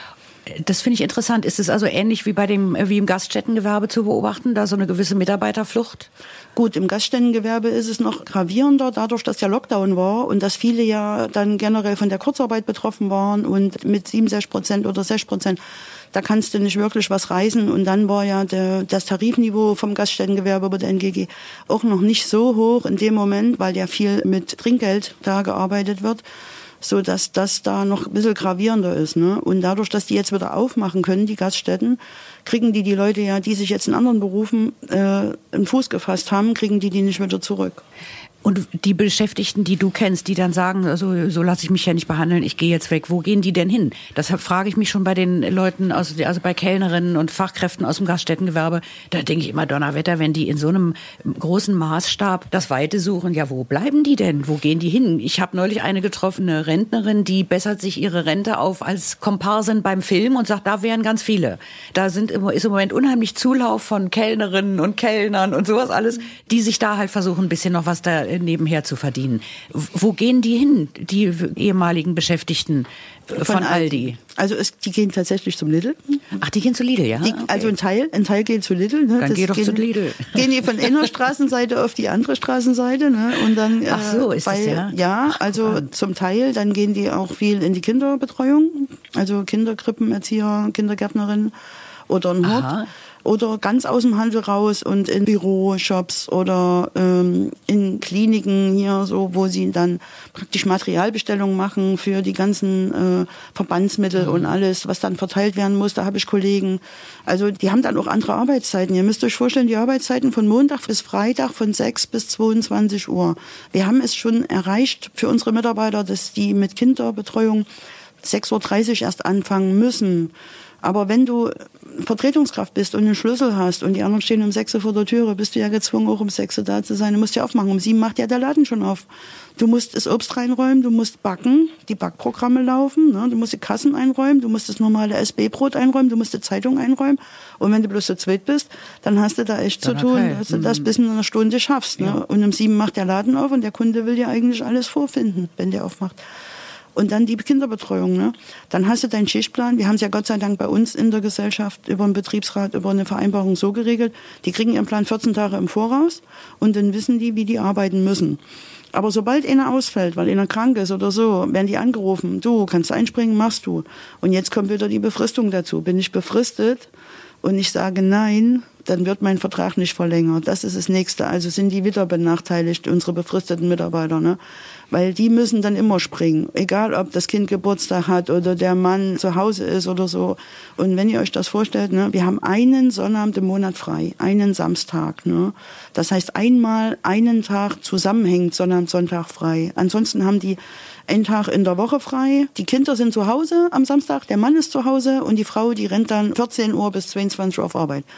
[SPEAKER 2] Das finde ich interessant. Ist es also ähnlich wie bei dem, wie im Gaststättengewerbe zu beobachten, da so eine gewisse Mitarbeiterflucht?
[SPEAKER 4] Gut, im Gaststättengewerbe ist es noch gravierender, dadurch, dass der Lockdown war und dass viele ja dann generell von der Kurzarbeit betroffen waren und mit siebenundsechzig Prozent oder sechs Prozent, da kannst du nicht wirklich was reisen. Und dann war ja der, das Tarifniveau vom Gaststättengewerbe über der N G G auch noch nicht so hoch in dem Moment, weil ja viel mit Trinkgeld da gearbeitet wird, so dass das da noch ein bisschen gravierender ist, ne? Und dadurch, dass die jetzt wieder aufmachen können, die Gaststätten, kriegen die die Leute ja, die sich jetzt in anderen Berufen äh, einen Fuß gefasst haben, kriegen die die nicht wieder zurück.
[SPEAKER 2] Und die Beschäftigten, die du kennst, die dann sagen, also, so lasse ich mich ja nicht behandeln, ich gehe jetzt weg, wo gehen die denn hin? Deshalb frage ich mich schon bei den Leuten, aus, also bei Kellnerinnen und Fachkräften aus dem Gaststättengewerbe, da denke ich immer, Donnerwetter, wenn die in so einem großen Maßstab das Weite suchen, ja, wo bleiben die denn? Wo gehen die hin? Ich habe neulich eine getroffene Rentnerin, die bessert sich ihre Rente auf als Komparsin beim Film und sagt, da wären ganz viele. Da sind, ist im Moment unheimlich Zulauf von Kellnerinnen und Kellnern und sowas alles, die sich da halt versuchen, ein bisschen noch was da nebenher zu verdienen. Wo gehen die hin, die ehemaligen Beschäftigten von, von Aldi?
[SPEAKER 4] Also es, die gehen tatsächlich zum Lidl.
[SPEAKER 2] Ach, die gehen zu Lidl, ja?
[SPEAKER 4] Die,
[SPEAKER 2] okay.
[SPEAKER 4] Also ein Teil, ein Teil geht zu Lidl. Ne?
[SPEAKER 2] Dann
[SPEAKER 4] das
[SPEAKER 2] geh doch
[SPEAKER 4] gehen,
[SPEAKER 2] zu Lidl.
[SPEAKER 4] Gehen die von einer Straßenseite auf die andere Straßenseite. Ne? Und dann,
[SPEAKER 2] Ach so, ist
[SPEAKER 4] weil,
[SPEAKER 2] das ja?
[SPEAKER 4] Ja, also Ach, zum Teil, dann gehen die auch viel in die Kinderbetreuung, also Kinderkrippenerzieher, Kindergärtnerin oder ein Hort. Aha. Oder ganz aus dem Handel raus und in Büroshops oder ähm, in Kliniken hier, so wo sie dann praktisch Materialbestellungen machen für die ganzen äh, Verbandsmittel mhm. und alles, was dann verteilt werden muss. Da habe ich Kollegen. Also die haben dann auch andere Arbeitszeiten. Ihr müsst euch vorstellen, die Arbeitszeiten von Montag bis Freitag von sechs bis zweiundzwanzig Uhr. Wir haben es schon erreicht für unsere Mitarbeiter, dass die mit Kinderbetreuung sechs Uhr dreißig erst anfangen müssen. Aber wenn du Vertretungskraft bist und einen Schlüssel hast und die anderen stehen um sechs Uhr vor der Türe, bist du ja gezwungen, auch um sechs Uhr da zu sein. Du musst ja aufmachen. Um sieben macht ja der Laden schon auf. Du musst das Obst reinräumen, du musst backen, die Backprogramme laufen, ne? Du musst die Kassen einräumen, du musst das normale S B-Brot einräumen, du musst die Zeitung einräumen. Und wenn du bloß zu zweit bist, dann hast du da echt zu tun, okay. dass du das bis in einer Stunde schaffst. Ne? Ja. Und um sieben macht der Laden auf und der Kunde will ja eigentlich alles vorfinden, wenn der aufmacht. Und dann die Kinderbetreuung, ne? Dann hast du deinen Schichtplan. Wir haben es ja Gott sei Dank bei uns in der Gesellschaft über einen Betriebsrat, über eine Vereinbarung so geregelt. Die kriegen ihren Plan vierzehn Tage im Voraus und dann wissen die, wie die arbeiten müssen. Aber sobald einer ausfällt, weil einer krank ist oder so, werden die angerufen. Du kannst einspringen, machst du. Und jetzt kommt wieder die Befristung dazu. Bin ich befristet und ich sage nein, dann wird mein Vertrag nicht verlängert. Das ist das Nächste. Also sind die wieder benachteiligt, unsere befristeten Mitarbeiter, ne? Weil die müssen dann immer springen. Egal, ob das Kind Geburtstag hat oder der Mann zu Hause ist oder so. Und wenn ihr euch das vorstellt, ne, wir haben einen Sonnabend im Monat frei. Einen Samstag, ne? Das heißt, einmal einen Tag zusammenhängend Sonnabend, Sonntag frei. Ansonsten haben die einen Tag in der Woche frei. Die Kinder sind zu Hause am Samstag, der Mann ist zu Hause und die Frau, die rennt dann vierzehn Uhr bis zweiundzwanzig Uhr auf Arbeit.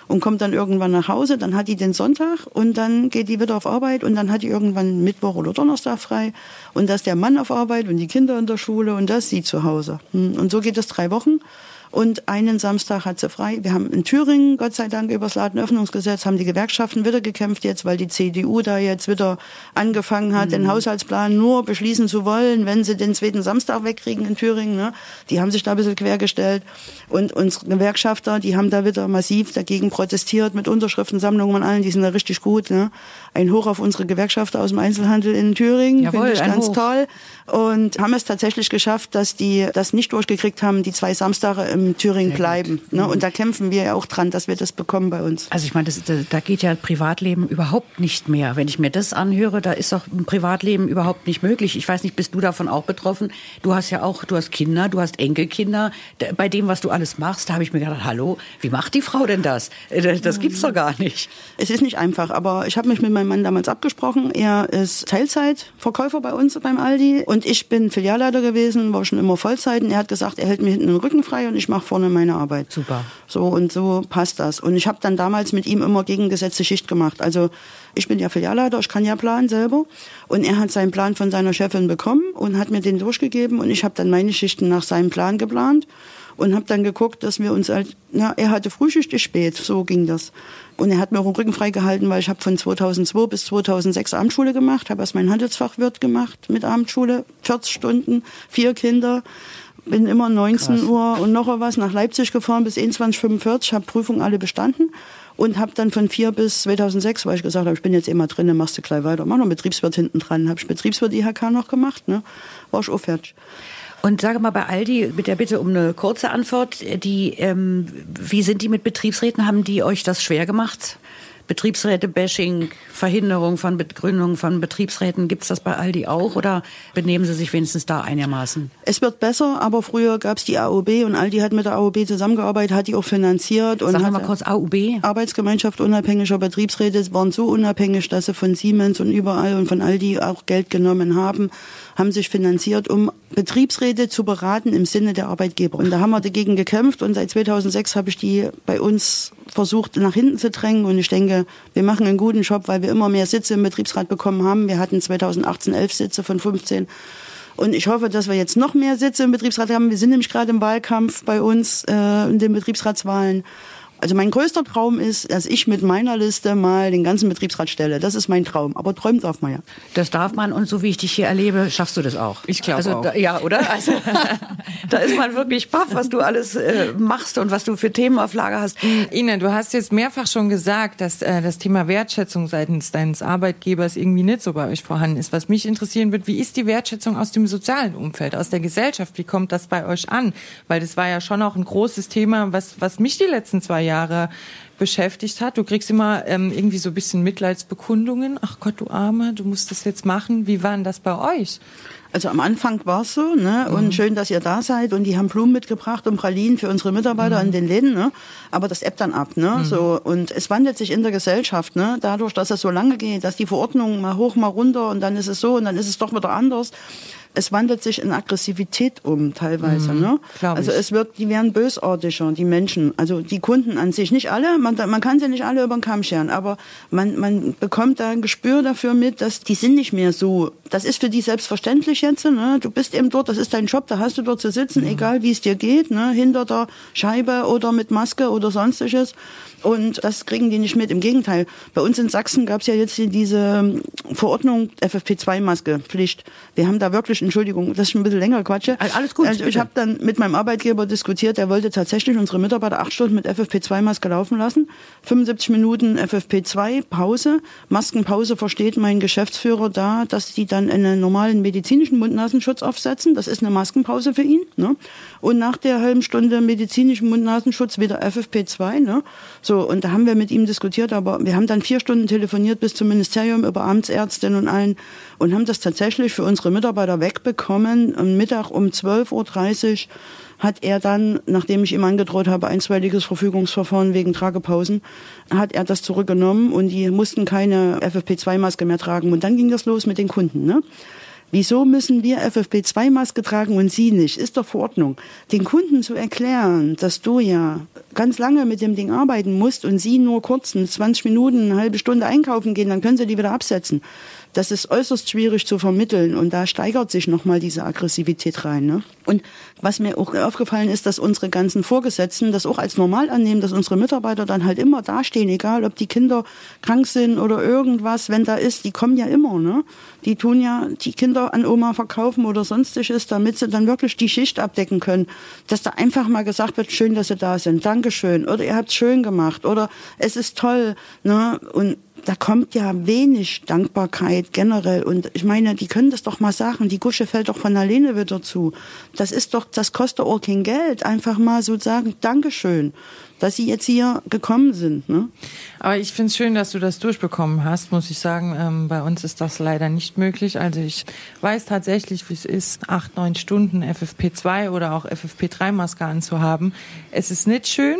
[SPEAKER 4] und kommt dann irgendwann nach Hause. Dann hat die den Sonntag und dann geht die wieder auf Arbeit und dann hat die irgendwann Mittwoch oder Donnerstag frei. Und da ist der Mann auf Arbeit und die Kinder in der Schule und da ist sie zu Hause. Und so geht es drei Wochen. Und einen Samstag hat sie frei. Wir haben in Thüringen, Gott sei Dank, über das Ladenöffnungsgesetz, haben die Gewerkschaften wieder gekämpft jetzt, weil die C D U da jetzt wieder angefangen hat, mhm. den Haushaltsplan nur beschließen zu wollen, wenn sie den zweiten Samstag wegkriegen in Thüringen. Ne? Die haben sich da ein bisschen quergestellt. Und unsere Gewerkschafter, die haben da wieder massiv dagegen protestiert mit Unterschriftensammlungen und allen. Die sind da richtig gut. Ne? Ein Hoch auf unsere Gewerkschafter aus dem Einzelhandel in Thüringen. Finde ich ganz Hoch. Toll. Und haben es tatsächlich geschafft, dass die das nicht durchgekriegt haben, die zwei Samstage im Thüringen Sehr bleiben. Ne? Und da kämpfen wir ja auch dran, dass wir das bekommen bei uns.
[SPEAKER 2] Also ich meine, das, da geht ja Privatleben überhaupt nicht mehr. Wenn ich mir das anhöre, da ist doch ein Privatleben überhaupt nicht möglich. Ich weiß nicht, bist du davon auch betroffen? Du hast ja auch, du hast Kinder, du hast Enkelkinder. Bei dem, was du alles machst, da habe ich mir gedacht, hallo, wie macht die Frau denn das? Das gibt's doch gar nicht.
[SPEAKER 4] Es ist nicht einfach, aber ich habe mich mit meinem Mann damals abgesprochen. Er ist Teilzeitverkäufer bei uns beim Aldi und ich bin Filialleiter gewesen, war schon immer Vollzeit. Und er hat gesagt, er hält mir hinten den Rücken frei und ich mache vorne meine Arbeit.
[SPEAKER 2] Super.
[SPEAKER 4] So und so passt das. Und ich habe dann damals mit ihm immer gegengesetzte Schicht gemacht. Also ich bin ja Filialleiter, ich kann ja planen selber. Und er hat seinen Plan von seiner Chefin bekommen und hat mir den durchgegeben. Und ich habe dann meine Schichten nach seinem Plan geplant und habe dann geguckt, dass wir uns halt, na, er hatte Frühschicht, ich spät, so ging das. Und er hat mir auch den Rücken freigehalten, weil ich habe von zweitausendzwei bis zweitausendsechs Abendschule gemacht, habe erst meinen Handelsfachwirt gemacht mit Abendschule, vierzig Stunden, vier Kinder. Bin immer neunzehn Krass. Uhr und noch was nach Leipzig gefahren bis einundzwanzig Uhr fünfundvierzig, habe Prüfungen alle bestanden und habe dann von vier bis zweitausendsechs, weil ich gesagt habe, ich bin jetzt immer drin, dann machst du gleich weiter. Mach noch Betriebswirt hinten dran. Habe ich Betriebswirt I H K noch gemacht, ne? War ich auch fertig.
[SPEAKER 2] Und sage mal bei Aldi, mit der Bitte um eine kurze Antwort, die, ähm, wie sind die mit Betriebsräten? Haben die euch das schwer gemacht? Betriebsräte-Bashing, Verhinderung von Begründung von Betriebsräten, gibt's das bei Aldi auch oder benehmen sie sich wenigstens da einigermaßen?
[SPEAKER 4] Es wird besser, aber früher gab's die A O B und Aldi hat mit der A O B zusammengearbeitet, hat die auch finanziert. Und
[SPEAKER 2] Sag mal kurz A O B.
[SPEAKER 4] Arbeitsgemeinschaft unabhängiger Betriebsräte waren so unabhängig, dass sie von Siemens und überall und von Aldi auch Geld genommen haben, haben sich finanziert, um Betriebsräte zu beraten im Sinne der Arbeitgeber. Und da haben wir dagegen gekämpft und seit zweitausendsechs habe ich die bei uns versucht nach hinten zu drängen und ich denke, wir machen einen guten Job, weil wir immer mehr Sitze im Betriebsrat bekommen haben. Wir hatten zweitausendachtzehn elf Sitze von fünfzehn und ich hoffe, dass wir jetzt noch mehr Sitze im Betriebsrat haben. Wir sind nämlich gerade im Wahlkampf bei uns äh, in den Betriebsratswahlen. Also mein größter Traum ist, dass ich mit meiner Liste mal den ganzen Betriebsrat stelle. Das ist mein Traum. Aber träumen darf man ja.
[SPEAKER 2] Das darf man und so wie ich dich hier erlebe, schaffst du das auch.
[SPEAKER 3] Ich glaube
[SPEAKER 2] also,
[SPEAKER 3] auch.
[SPEAKER 2] Da, ja, oder? Also, da ist man wirklich baff, was du alles äh, machst und was du für Themen auf Lager hast.
[SPEAKER 3] Ina, du hast jetzt mehrfach schon gesagt, dass äh, das Thema Wertschätzung seitens deines Arbeitgebers irgendwie nicht so bei euch vorhanden ist. Was mich interessieren wird, wie ist die Wertschätzung aus dem sozialen Umfeld, aus der Gesellschaft? Wie kommt das bei euch an? Weil das war ja schon auch ein großes Thema, was, was mich die letzten zwei Jahre Jahre beschäftigt hat. Du kriegst immer ähm, irgendwie so ein bisschen Mitleidsbekundungen. Ach Gott, du Arme, du musst das jetzt machen. Wie war denn das bei euch?
[SPEAKER 4] Also am Anfang war es so, ne? Und mhm. schön, dass ihr da seid. Und die haben Blumen mitgebracht und Pralinen für unsere Mitarbeiter mhm. in den Läden, ne? Aber das ebbt dann ab, ne? Mhm. So, und es wandelt sich in der Gesellschaft, ne? Dadurch, dass es so lange geht, dass die Verordnungen mal hoch, mal runter und dann ist es so und dann ist es doch wieder anders. Es wandelt sich in Aggressivität um, teilweise, mhm, ne? Also es wird, die werden bösartiger, die Menschen. Also die Kunden an sich, nicht alle, man, man kann sie nicht alle über den Kamm scheren, aber man, man bekommt da ein Gespür dafür mit, dass die sind nicht mehr so, das ist für die selbstverständlich jetzt, ne? Du bist eben dort, das ist dein Job, da hast du dort zu sitzen, mhm. egal wie es dir geht, ne? Hinter der Scheibe oder mit Maske oder sonstiges. Und das kriegen die nicht mit. Im Gegenteil, bei uns in Sachsen gab es ja jetzt diese Verordnung F F P zwei Maske Pflicht. Wir haben da wirklich, Entschuldigung, das ist schon ein bisschen länger Quatsche.
[SPEAKER 2] Alles gut.
[SPEAKER 4] Also ich habe dann mit meinem Arbeitgeber diskutiert, der wollte tatsächlich unsere Mitarbeiter acht Stunden mit F F P zwei Maske laufen lassen. fünfundsiebzig Minuten F F P zwei Pause. Maskenpause versteht mein Geschäftsführer da, dass die dann einen normalen medizinischen Mund-Nasenschutz aufsetzen. Das ist eine Maskenpause für ihn. Ne? Und nach der halben Stunde medizinischen Mund-Nasenschutz wieder F F P zwei. Ne? So, und da haben wir mit ihm diskutiert, aber wir haben dann vier Stunden telefoniert bis zum Ministerium über Amtsärztinnen und allen und haben das tatsächlich für unsere Mitarbeiter wegbekommen. Am Mittag um zwölf Uhr dreißig hat er dann, nachdem ich ihm angedroht habe, einstweiliges Verfügungsverfahren wegen Tragepausen, hat er das zurückgenommen und die mussten keine F F P zwei Maske mehr tragen. Und dann ging das los mit den Kunden, ne? Wieso müssen wir F F P zwei Maske tragen und Sie nicht? Ist doch Verordnung. Den Kunden zu erklären, dass du ja ganz lange mit dem Ding arbeiten musst und Sie nur kurz zwanzig Minuten, eine halbe Stunde einkaufen gehen, dann können Sie die wieder absetzen. Das ist äußerst schwierig zu vermitteln und da steigert sich nochmal diese Aggressivität rein. Ne? Und was mir auch aufgefallen ist, dass unsere ganzen Vorgesetzten das auch als normal annehmen, dass unsere Mitarbeiter dann halt immer dastehen, egal ob die Kinder krank sind oder irgendwas, wenn da ist, die kommen ja immer. Ne? Die tun ja die Kinder an Oma verkaufen oder sonstiges, damit sie dann wirklich die Schicht abdecken können. Dass da einfach mal gesagt wird, schön, dass Sie da sind, Dankeschön, oder ihr habt es schön gemacht, oder es ist toll. Ne? Und da kommt ja wenig Dankbarkeit generell. Und ich meine, die können das doch mal sagen, die Gusche fällt doch von alleine wieder zu. Das ist doch, das kostet auch kein Geld. Einfach mal so sagen, Dankeschön, dass Sie jetzt hier gekommen sind. Ne?
[SPEAKER 3] Aber ich finde es schön, dass du das durchbekommen hast, muss ich sagen. Ähm, bei uns ist das leider nicht möglich. Also ich weiß tatsächlich, wie es ist, acht, neun Stunden F F P zwei oder auch F F P drei Maske anzuhaben. Es ist nicht schön.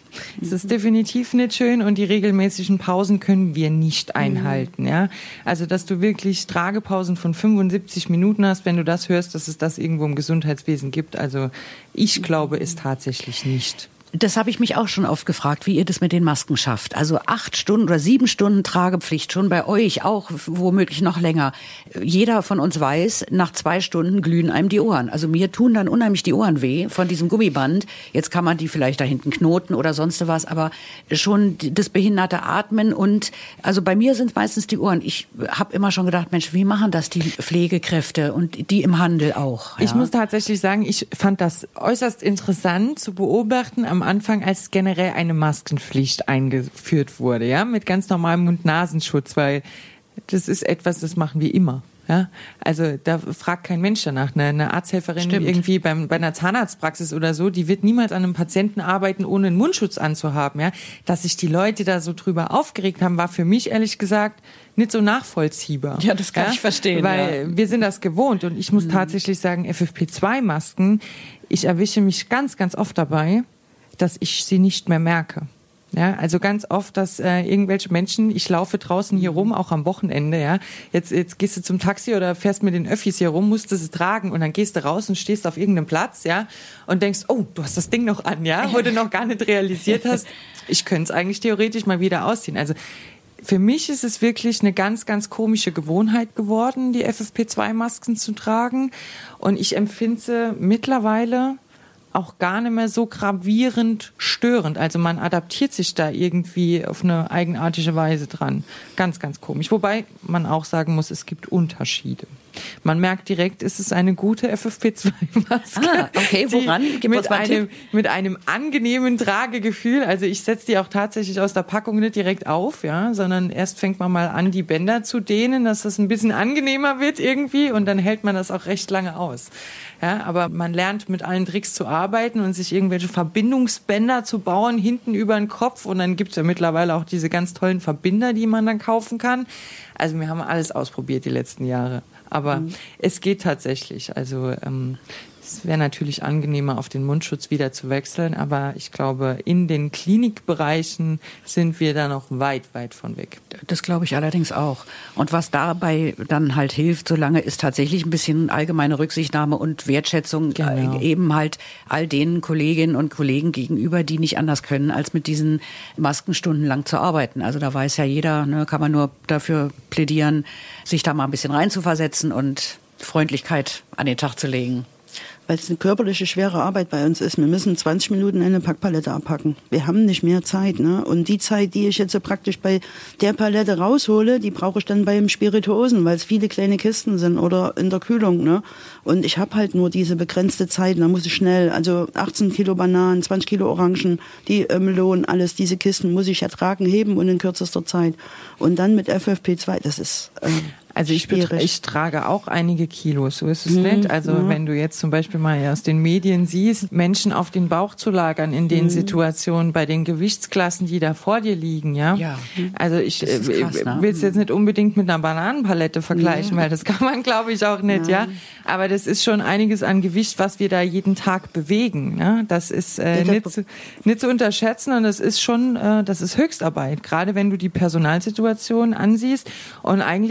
[SPEAKER 3] Es ist definitiv nicht schön und die regelmäßigen Pausen können wir nicht einhalten. Ja? Also, dass du wirklich Tragepausen von fünfundsiebzig Minuten hast, wenn du das hörst, dass es das irgendwo im Gesundheitswesen gibt. Also, ich glaube es tatsächlich nicht.
[SPEAKER 2] Das habe ich mich auch schon oft gefragt, wie ihr das mit den Masken schafft. Also acht Stunden oder sieben Stunden Tragepflicht, schon bei euch auch womöglich noch länger. Jeder von uns weiß, nach zwei Stunden glühen einem die Ohren. Also mir tun dann unheimlich die Ohren weh von diesem Gummiband. Jetzt kann man die vielleicht da hinten knoten oder sonst was, aber schon das behinderte Atmen und also bei mir sind es meistens die Ohren. Ich habe immer schon gedacht, Mensch, wie machen das die Pflegekräfte und die im Handel auch? Ja?
[SPEAKER 3] Ich muss tatsächlich sagen, ich fand das äußerst interessant zu beobachten am Anfang, als generell eine Maskenpflicht eingeführt wurde, ja, mit ganz normalem Mund-Nasenschutz, weil das ist etwas, das machen wir immer. Ja, also da fragt kein Mensch danach. Eine, eine Arzthelferin
[SPEAKER 2] Stimmt.
[SPEAKER 3] irgendwie beim, bei einer Zahnarztpraxis oder so, die wird niemals an einem Patienten arbeiten, ohne einen Mundschutz anzuhaben. Ja, dass sich die Leute da so drüber aufgeregt haben, war für mich ehrlich gesagt nicht so nachvollziehbar.
[SPEAKER 2] Ja, das kann ja? ich verstehen.
[SPEAKER 3] Weil ja. wir sind das gewohnt und ich muss mhm. tatsächlich sagen, F F P zwei Masken, ich erwische mich ganz, ganz oft dabei, dass ich sie nicht mehr merke. Ja, also ganz oft, dass äh, irgendwelche Menschen, ich laufe draußen hier rum, auch am Wochenende, ja, jetzt, jetzt gehst du zum Taxi oder fährst mit den Öffis hier rum, musst du es tragen und dann gehst du raus und stehst auf irgendeinem Platz, ja, und denkst, oh, du hast das Ding noch an, ja, wo du noch gar nicht realisiert hast, ich könnte es eigentlich theoretisch mal wieder ausziehen. Also für mich ist es wirklich eine ganz, ganz komische Gewohnheit geworden, die F F P zwei Masken zu tragen und ich empfinde sie mittlerweile auch gar nicht mehr so gravierend störend. Also man adaptiert sich da irgendwie auf eine eigenartige Weise dran. Ganz, ganz komisch. Wobei man auch sagen muss, es gibt Unterschiede. Man merkt direkt, es ist eine gute F F P zwei Maske.
[SPEAKER 2] Ah, okay, woran? Gib
[SPEAKER 3] mit
[SPEAKER 2] uns mal
[SPEAKER 3] einem,
[SPEAKER 2] Tipp.
[SPEAKER 3] mit einem angenehmen Tragegefühl. Also ich setze die auch tatsächlich aus der Packung nicht direkt auf, ja, sondern erst fängt man mal an, die Bänder zu dehnen, dass das ein bisschen angenehmer wird irgendwie und dann hält man das auch recht lange aus. Ja, aber man lernt mit allen Tricks zu arbeiten und sich irgendwelche Verbindungsbänder zu bauen, hinten über den Kopf. Und dann gibt's ja mittlerweile auch diese ganz tollen Verbinder, die man dann kaufen kann. Also wir haben alles ausprobiert die letzten Jahre. Aber mhm. es geht tatsächlich. Also ähm, es wäre natürlich angenehmer, auf den Mundschutz wieder zu wechseln. Aber ich glaube, in den Klinikbereichen sind wir da noch weit, weit von weg.
[SPEAKER 2] Das glaube ich allerdings auch. Und was dabei dann halt hilft, solange ist tatsächlich ein bisschen allgemeine Rücksichtnahme und Wertschätzung
[SPEAKER 3] Genau.
[SPEAKER 2] eben halt all den Kolleginnen und Kollegen gegenüber, die nicht anders können, als mit diesen Masken stundenlang zu arbeiten. Also da weiß ja jeder, ne, kann man nur dafür plädieren, sich da mal ein bisschen reinzuversetzen und Freundlichkeit an den Tag zu legen.
[SPEAKER 4] Weil es eine körperliche, schwere Arbeit bei uns ist. Wir müssen zwanzig Minuten eine Packpalette abpacken. Wir haben nicht mehr Zeit. Ne? Und die Zeit, die ich jetzt so praktisch bei der Palette raushole, die brauche ich dann beim Spirituosen, weil es viele kleine Kisten sind oder in der Kühlung. Ne? Und ich habe halt nur diese begrenzte Zeit. Da muss ich schnell, also achtzehn Kilo Bananen, zwanzig Kilo Orangen, die äh, Melonen, alles diese Kisten muss ich ja tragen, heben und in kürzester Zeit. Und dann mit F F P zwei, das ist... Äh,
[SPEAKER 3] Also ich, betra- ich trage auch einige Kilos, so ist es mhm, nicht. Also ja. wenn du jetzt zum Beispiel mal aus den Medien siehst, Menschen auf den Bauch zu lagern in den mhm. Situationen, bei den Gewichtsklassen, die da vor dir liegen, ja.
[SPEAKER 2] ja.
[SPEAKER 3] Also ich krass, äh,
[SPEAKER 2] ne?
[SPEAKER 3] will es jetzt nicht unbedingt mit einer Bananenpalette vergleichen, ja. weil das kann man, glaube ich, auch nicht, ja. ja. Aber das ist schon einiges an Gewicht, was wir da jeden Tag bewegen. Ne? Das ist äh, nicht, zu, nicht zu unterschätzen und das ist schon, äh, das ist Höchstarbeit. Gerade wenn du die Personalsituation ansiehst und eigentlich mal siehst,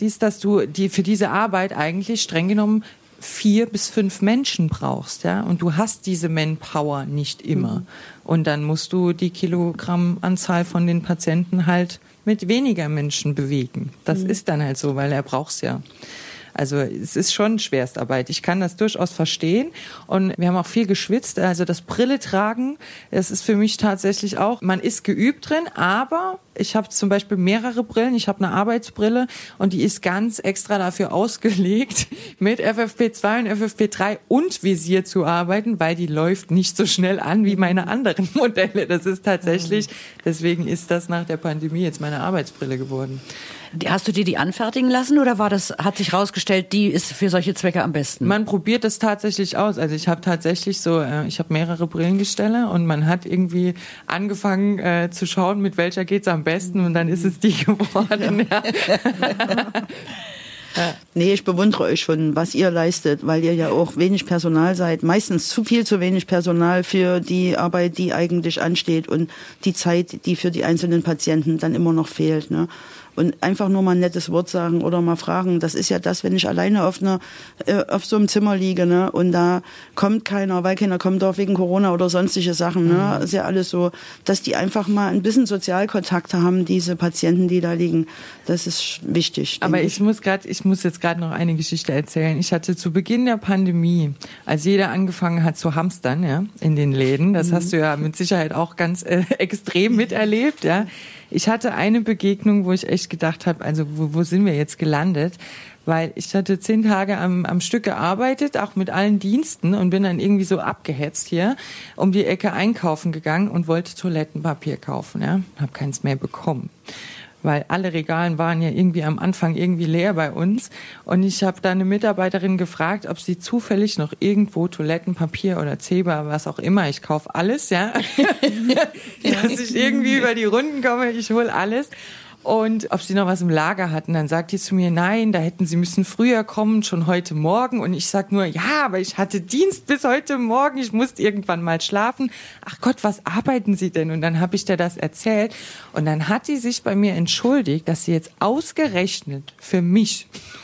[SPEAKER 3] ist, dass du die für diese Arbeit eigentlich streng genommen vier bis fünf Menschen brauchst, ja, und du hast diese Manpower nicht immer. Mhm. Und dann musst du die Kilogrammanzahl von den Patienten halt mit weniger Menschen bewegen. Das mhm. ist dann halt so, weil er braucht's ja. Also es ist schon Schwerstarbeit. Ich kann das durchaus verstehen. Und wir haben auch viel geschwitzt. Also das Brille tragen, das ist für mich tatsächlich auch, man ist geübt drin, aber ich habe zum Beispiel mehrere Brillen. Ich habe eine Arbeitsbrille und die ist ganz extra dafür ausgelegt, mit F F P zwei und F F P drei und Visier zu arbeiten, weil die läuft nicht so schnell an wie meine anderen Modelle. Das ist tatsächlich, deswegen ist das nach der Pandemie jetzt meine Arbeitsbrille geworden.
[SPEAKER 2] Hast du dir die anfertigen lassen oder war das, hat sich rausgestellt, die ist für solche Zwecke am besten?
[SPEAKER 3] Man probiert das tatsächlich aus. Also ich habe tatsächlich so, äh, ich habe mehrere Brillengestelle und man hat irgendwie angefangen äh, zu schauen, mit welcher geht's am besten und dann ist es die geworden. Ja.
[SPEAKER 4] Ja. Nee, ich bewundere euch schon, was ihr leistet, weil ihr ja auch wenig Personal seid. Meistens zu viel zu wenig Personal für die Arbeit, die eigentlich ansteht und die Zeit, die für die einzelnen Patienten dann immer noch fehlt, ne? Und einfach nur mal ein nettes Wort sagen oder mal fragen. Das ist ja das, wenn ich alleine auf einer äh, auf so einem Zimmer liege, ne, und da kommt keiner, weil keiner kommen darf wegen Corona oder sonstige Sachen, ne, mhm. ist ja alles so, dass die einfach mal ein bisschen Sozialkontakte haben, diese Patienten, die da liegen. Das ist wichtig.
[SPEAKER 3] Aber
[SPEAKER 4] ich.
[SPEAKER 3] ich muss gerade, ich muss jetzt gerade noch eine Geschichte erzählen. Ich hatte zu Beginn der Pandemie, als jeder angefangen hat zu hamstern, ja, in den Läden, das mhm. hast du ja mit Sicherheit auch ganz äh, extrem miterlebt, ja. Ich hatte eine Begegnung, wo ich echt gedacht habe, also wo, wo sind wir jetzt gelandet? Weil ich hatte zehn Tage am, am Stück gearbeitet, auch mit allen Diensten und bin dann irgendwie so abgehetzt hier um die Ecke einkaufen gegangen und wollte Toilettenpapier kaufen, ja, habe keins mehr bekommen. Weil alle Regalen waren ja irgendwie am Anfang irgendwie leer bei uns. Und ich habe da eine Mitarbeiterin gefragt, ob sie zufällig noch irgendwo Toilettenpapier oder Zebra, was auch immer, ich kaufe alles, ja. Dass ich irgendwie über die Runden komme, ich hole alles. Und ob sie noch was im Lager hatten, dann sagt die zu mir, nein, da hätten sie müssen früher kommen, schon heute Morgen. Und ich sag nur, ja, aber ich hatte Dienst bis heute Morgen, ich musste irgendwann mal schlafen. Ach Gott, was arbeiten Sie denn? Und dann habe ich dir das erzählt. Und dann hat die sich bei mir entschuldigt, dass sie jetzt ausgerechnet für mich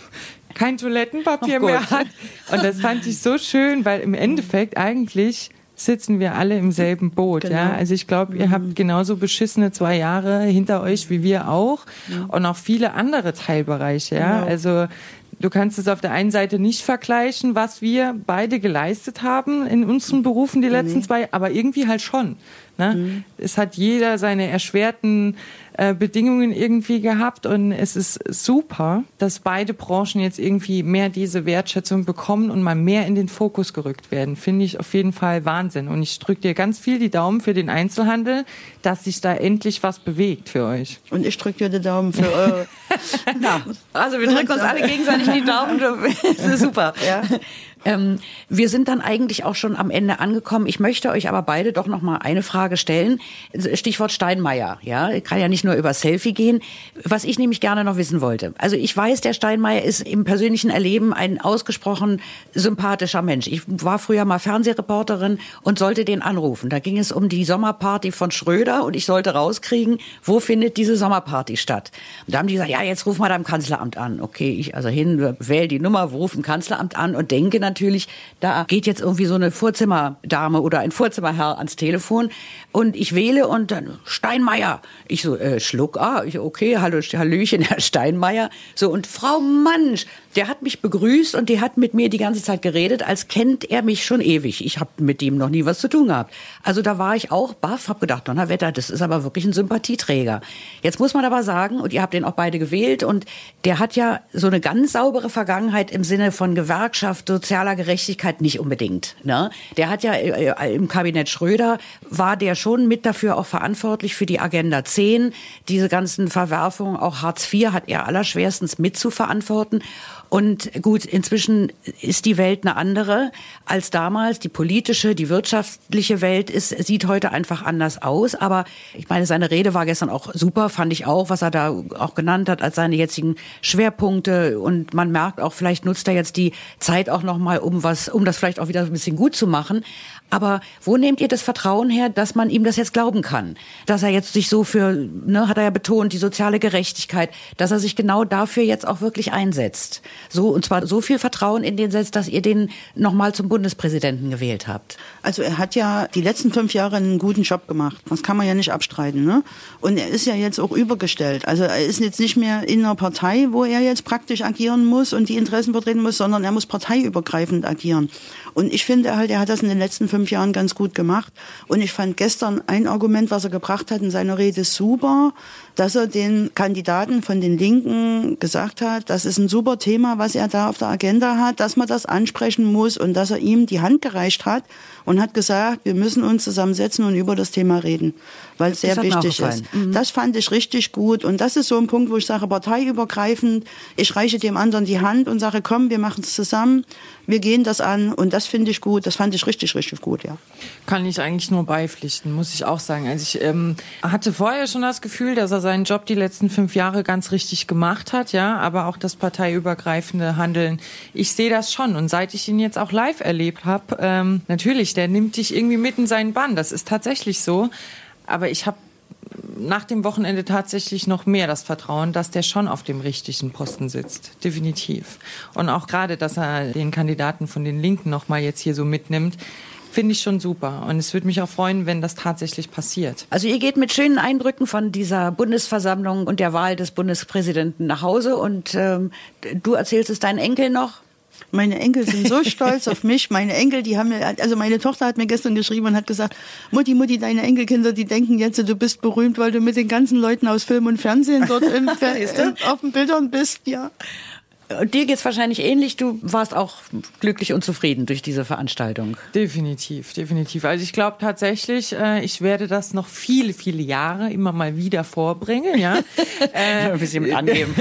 [SPEAKER 3] kein Toilettenpapier mehr hat. Und das fand ich so schön, weil im Endeffekt eigentlich sitzen wir alle im selben Boot. Genau. Ja? Also ich glaube, ihr habt genauso beschissene zwei Jahre hinter euch wie wir auch, ja. Und auch viele andere Teilbereiche. Ja? Genau. Also du kannst es auf der einen Seite nicht vergleichen, was wir beide geleistet haben in unseren Berufen die letzten nee. zwei, aber irgendwie halt schon. Ne? Mhm. Es hat jeder seine erschwerten äh, Bedingungen irgendwie gehabt und es ist super, dass beide Branchen jetzt irgendwie mehr diese Wertschätzung bekommen und mal mehr in den Fokus gerückt werden. Finde ich auf jeden Fall Wahnsinn. Und ich drücke dir ganz viel die Daumen für den Einzelhandel, dass sich da endlich was bewegt für euch.
[SPEAKER 4] Und ich drücke dir die Daumen für eure...
[SPEAKER 2] Ja, also wir drücken uns alle gegenseitig die Daumen. Das ist super. Ja. Ähm, wir sind dann eigentlich auch schon am Ende angekommen. Ich möchte euch aber beide doch noch mal eine Frage stellen. Stichwort Steinmeier. Ja, kann ja nicht nur über Selfie gehen. Was ich nämlich gerne noch wissen wollte. Also ich weiß, der Steinmeier ist im persönlichen Erleben ein ausgesprochen sympathischer Mensch. Ich war früher mal Fernsehreporterin und sollte den anrufen. Da ging es um die Sommerparty von Schröder und ich sollte rauskriegen, wo findet diese Sommerparty statt. Und da haben die gesagt, ja, jetzt rufen wir da im Kanzleramt an. Okay, ich also hin, wähle die Nummer, rufe im Kanzleramt an und denke natürlich, Natürlich, da geht jetzt irgendwie so eine Vorzimmerdame oder ein Vorzimmerherr ans Telefon und ich wähle und dann Steinmeier. Ich so, äh, Schluck, ah, ich, okay, hallo, Hallöchen, Herr Steinmeier. So, und Frau Mansch, der hat mich begrüßt und die hat mit mir die ganze Zeit geredet, als kennt er mich schon ewig. Ich habe mit ihm noch nie was zu tun gehabt. Also da war ich auch baff, hab gedacht, Donnerwetter, das ist aber wirklich ein Sympathieträger. Jetzt muss man aber sagen, und ihr habt den auch beide gewählt und der hat ja so eine ganz saubere Vergangenheit im Sinne von Gewerkschaft, sozialer Gerechtigkeit nicht unbedingt. Ne? Der hat ja äh, im Kabinett Schröder, war der schon mit dafür auch verantwortlich für die Agenda zehn. Diese ganzen Verwerfungen, auch Hartz vier, hat er allerschwerstens mit zu verantworten. Und gut, inzwischen ist die Welt eine andere als damals. Die politische, die wirtschaftliche Welt ist, sieht heute einfach anders aus. Aber ich meine, seine Rede war gestern auch super, fand ich auch, was er da auch genannt hat als seine jetzigen Schwerpunkte. Und man merkt auch, vielleicht nutzt er jetzt die Zeit auch noch nochmal um was, um das vielleicht auch wieder ein bisschen gut zu machen. Aber wo nehmt ihr das Vertrauen her, dass man ihm das jetzt glauben kann? Dass er jetzt sich so für, ne, hat er ja betont, die soziale Gerechtigkeit, dass er sich genau dafür jetzt auch wirklich einsetzt. So, und zwar so viel Vertrauen in den setzt, dass ihr den nochmal zum Bundespräsidenten gewählt habt.
[SPEAKER 4] Also er hat ja die letzten fünf Jahre einen guten Job gemacht. Das kann man ja nicht abstreiten, ne? Und er ist ja jetzt auch übergestellt. Also er ist jetzt nicht mehr in einer Partei, wo er jetzt praktisch agieren muss und die Interessen vertreten muss, sondern er muss parteiübergreifend agieren. Und ich finde halt, er hat das in den letzten fünf Jahren ganz gut gemacht. Und ich fand gestern ein Argument, was er gebracht hat in seiner Rede, super, dass er den Kandidaten von den Linken gesagt hat, das ist ein super Thema, was er da auf der Agenda hat, dass man das ansprechen muss und dass er ihm die Hand gereicht hat und hat gesagt, wir müssen uns zusammensetzen und über das Thema reden, weil es sehr wichtig ist. Mhm. Das fand ich richtig gut und das ist so ein Punkt, wo ich sage, parteiübergreifend, ich reiche dem anderen die Hand und sage, komm, wir machen es zusammen, wir gehen das an und das finde ich gut, das fand ich richtig, richtig gut, ja.
[SPEAKER 3] Kann ich eigentlich nur beipflichten, muss ich auch sagen. Also ich ähm, hatte vorher schon das Gefühl, dass er seinen Job die letzten fünf Jahre ganz richtig gemacht hat, ja, aber auch das parteiübergreifende Handeln. Ich sehe das schon und seit ich ihn jetzt auch live erlebt habe, ähm, natürlich, der nimmt dich irgendwie mit in seinen Bann, das ist tatsächlich so, aber ich habe nach dem Wochenende tatsächlich noch mehr das Vertrauen, dass der schon auf dem richtigen Posten sitzt. Definitiv. Und auch gerade, dass er den Kandidaten von den Linken noch mal jetzt hier so mitnimmt, finde ich schon super. Und es würde mich auch freuen, wenn das tatsächlich passiert.
[SPEAKER 2] Also ihr geht mit schönen Eindrücken von dieser Bundesversammlung und der Wahl des Bundespräsidenten nach Hause und ähm, du erzählst es deinen Enkeln noch?
[SPEAKER 4] Meine Enkel sind so stolz auf mich. Meine Enkel, die haben mir, also meine Tochter hat mir gestern geschrieben und hat gesagt, Mutti, Mutti, deine Enkelkinder, die denken jetzt, du bist berühmt, weil du mit den ganzen Leuten aus Film und Fernsehen dort im, auf den Bildern bist, ja.
[SPEAKER 2] Und dir geht's wahrscheinlich ähnlich. Du warst auch glücklich und zufrieden durch diese Veranstaltung.
[SPEAKER 3] Definitiv, definitiv. Also ich glaube tatsächlich, äh, ich werde das noch viele, viele Jahre immer mal wieder vorbringen. Ja,
[SPEAKER 2] äh, ein bisschen mit angeben.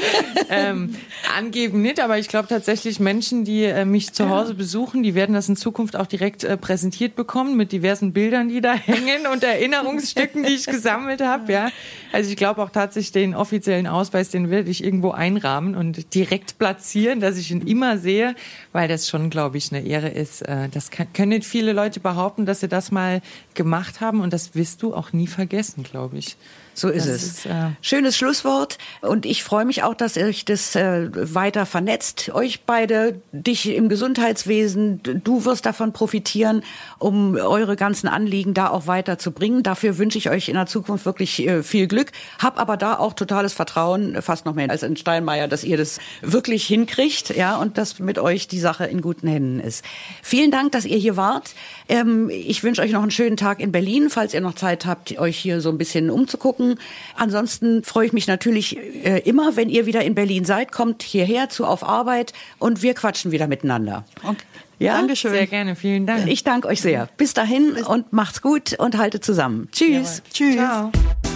[SPEAKER 3] ähm, angeben nicht, aber ich glaube tatsächlich Menschen, die äh, mich zu Hause besuchen, die werden das in Zukunft auch direkt äh, präsentiert bekommen mit diversen Bildern, die da hängen und Erinnerungsstücken, die ich gesammelt habe. Ja, also ich glaube auch tatsächlich den offiziellen Ausweis, den werde ich irgendwo einrahmen und direkt direkt platzieren, dass ich ihn immer sehe, weil das schon, glaube ich, eine Ehre ist. Das kann, können nicht viele Leute behaupten, dass sie das mal gemacht haben und das wirst du auch nie vergessen, glaube ich.
[SPEAKER 2] So ist das es. Ist, äh Schönes Schlusswort. Und ich freue mich auch, dass euch das äh, weiter vernetzt. Euch beide, dich im Gesundheitswesen, du wirst davon profitieren, um eure ganzen Anliegen da auch weiterzubringen. Dafür wünsche ich euch in der Zukunft wirklich äh, viel Glück. Hab aber da auch totales Vertrauen, fast noch mehr als in Steinmeier, dass ihr das wirklich hinkriegt, ja, und dass mit euch die Sache in guten Händen ist. Vielen Dank, dass ihr hier wart. Ähm, ich wünsche euch noch einen schönen Tag in Berlin, falls ihr noch Zeit habt, euch hier so ein bisschen umzugucken. Ansonsten freue ich mich natürlich äh, immer, wenn ihr wieder in Berlin seid, kommt hierher zu Auf Arbeit und wir quatschen wieder miteinander.
[SPEAKER 4] Okay.
[SPEAKER 2] Ja?
[SPEAKER 3] Dankeschön. Sehr gerne, vielen Dank.
[SPEAKER 2] Ich danke euch sehr. Bis dahin und macht's gut und haltet zusammen. Tschüss.
[SPEAKER 4] Jawohl. Tschüss.
[SPEAKER 3] Ciao.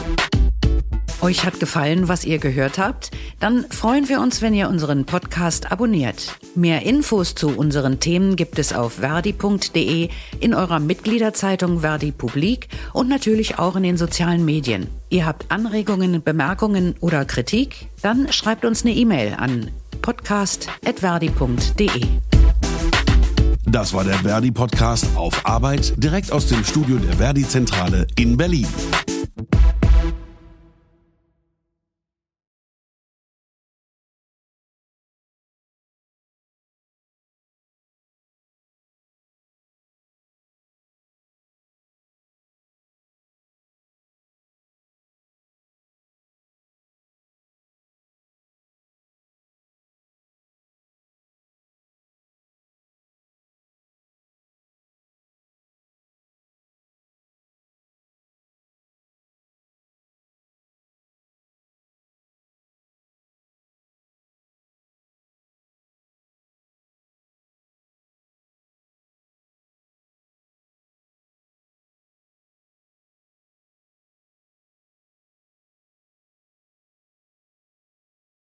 [SPEAKER 2] Euch hat gefallen, was ihr gehört habt? Dann freuen wir uns, wenn ihr unseren Podcast abonniert. Mehr Infos zu unseren Themen gibt es auf verdi punkt de, in eurer Mitgliederzeitung Verdi Publik und natürlich auch in den sozialen Medien. Ihr habt Anregungen, Bemerkungen oder Kritik? Dann schreibt uns eine E-Mail an podcast at verdi punkt de.
[SPEAKER 1] Das war der Verdi-Podcast Auf Arbeit, direkt aus dem Studio der Verdi-Zentrale in Berlin.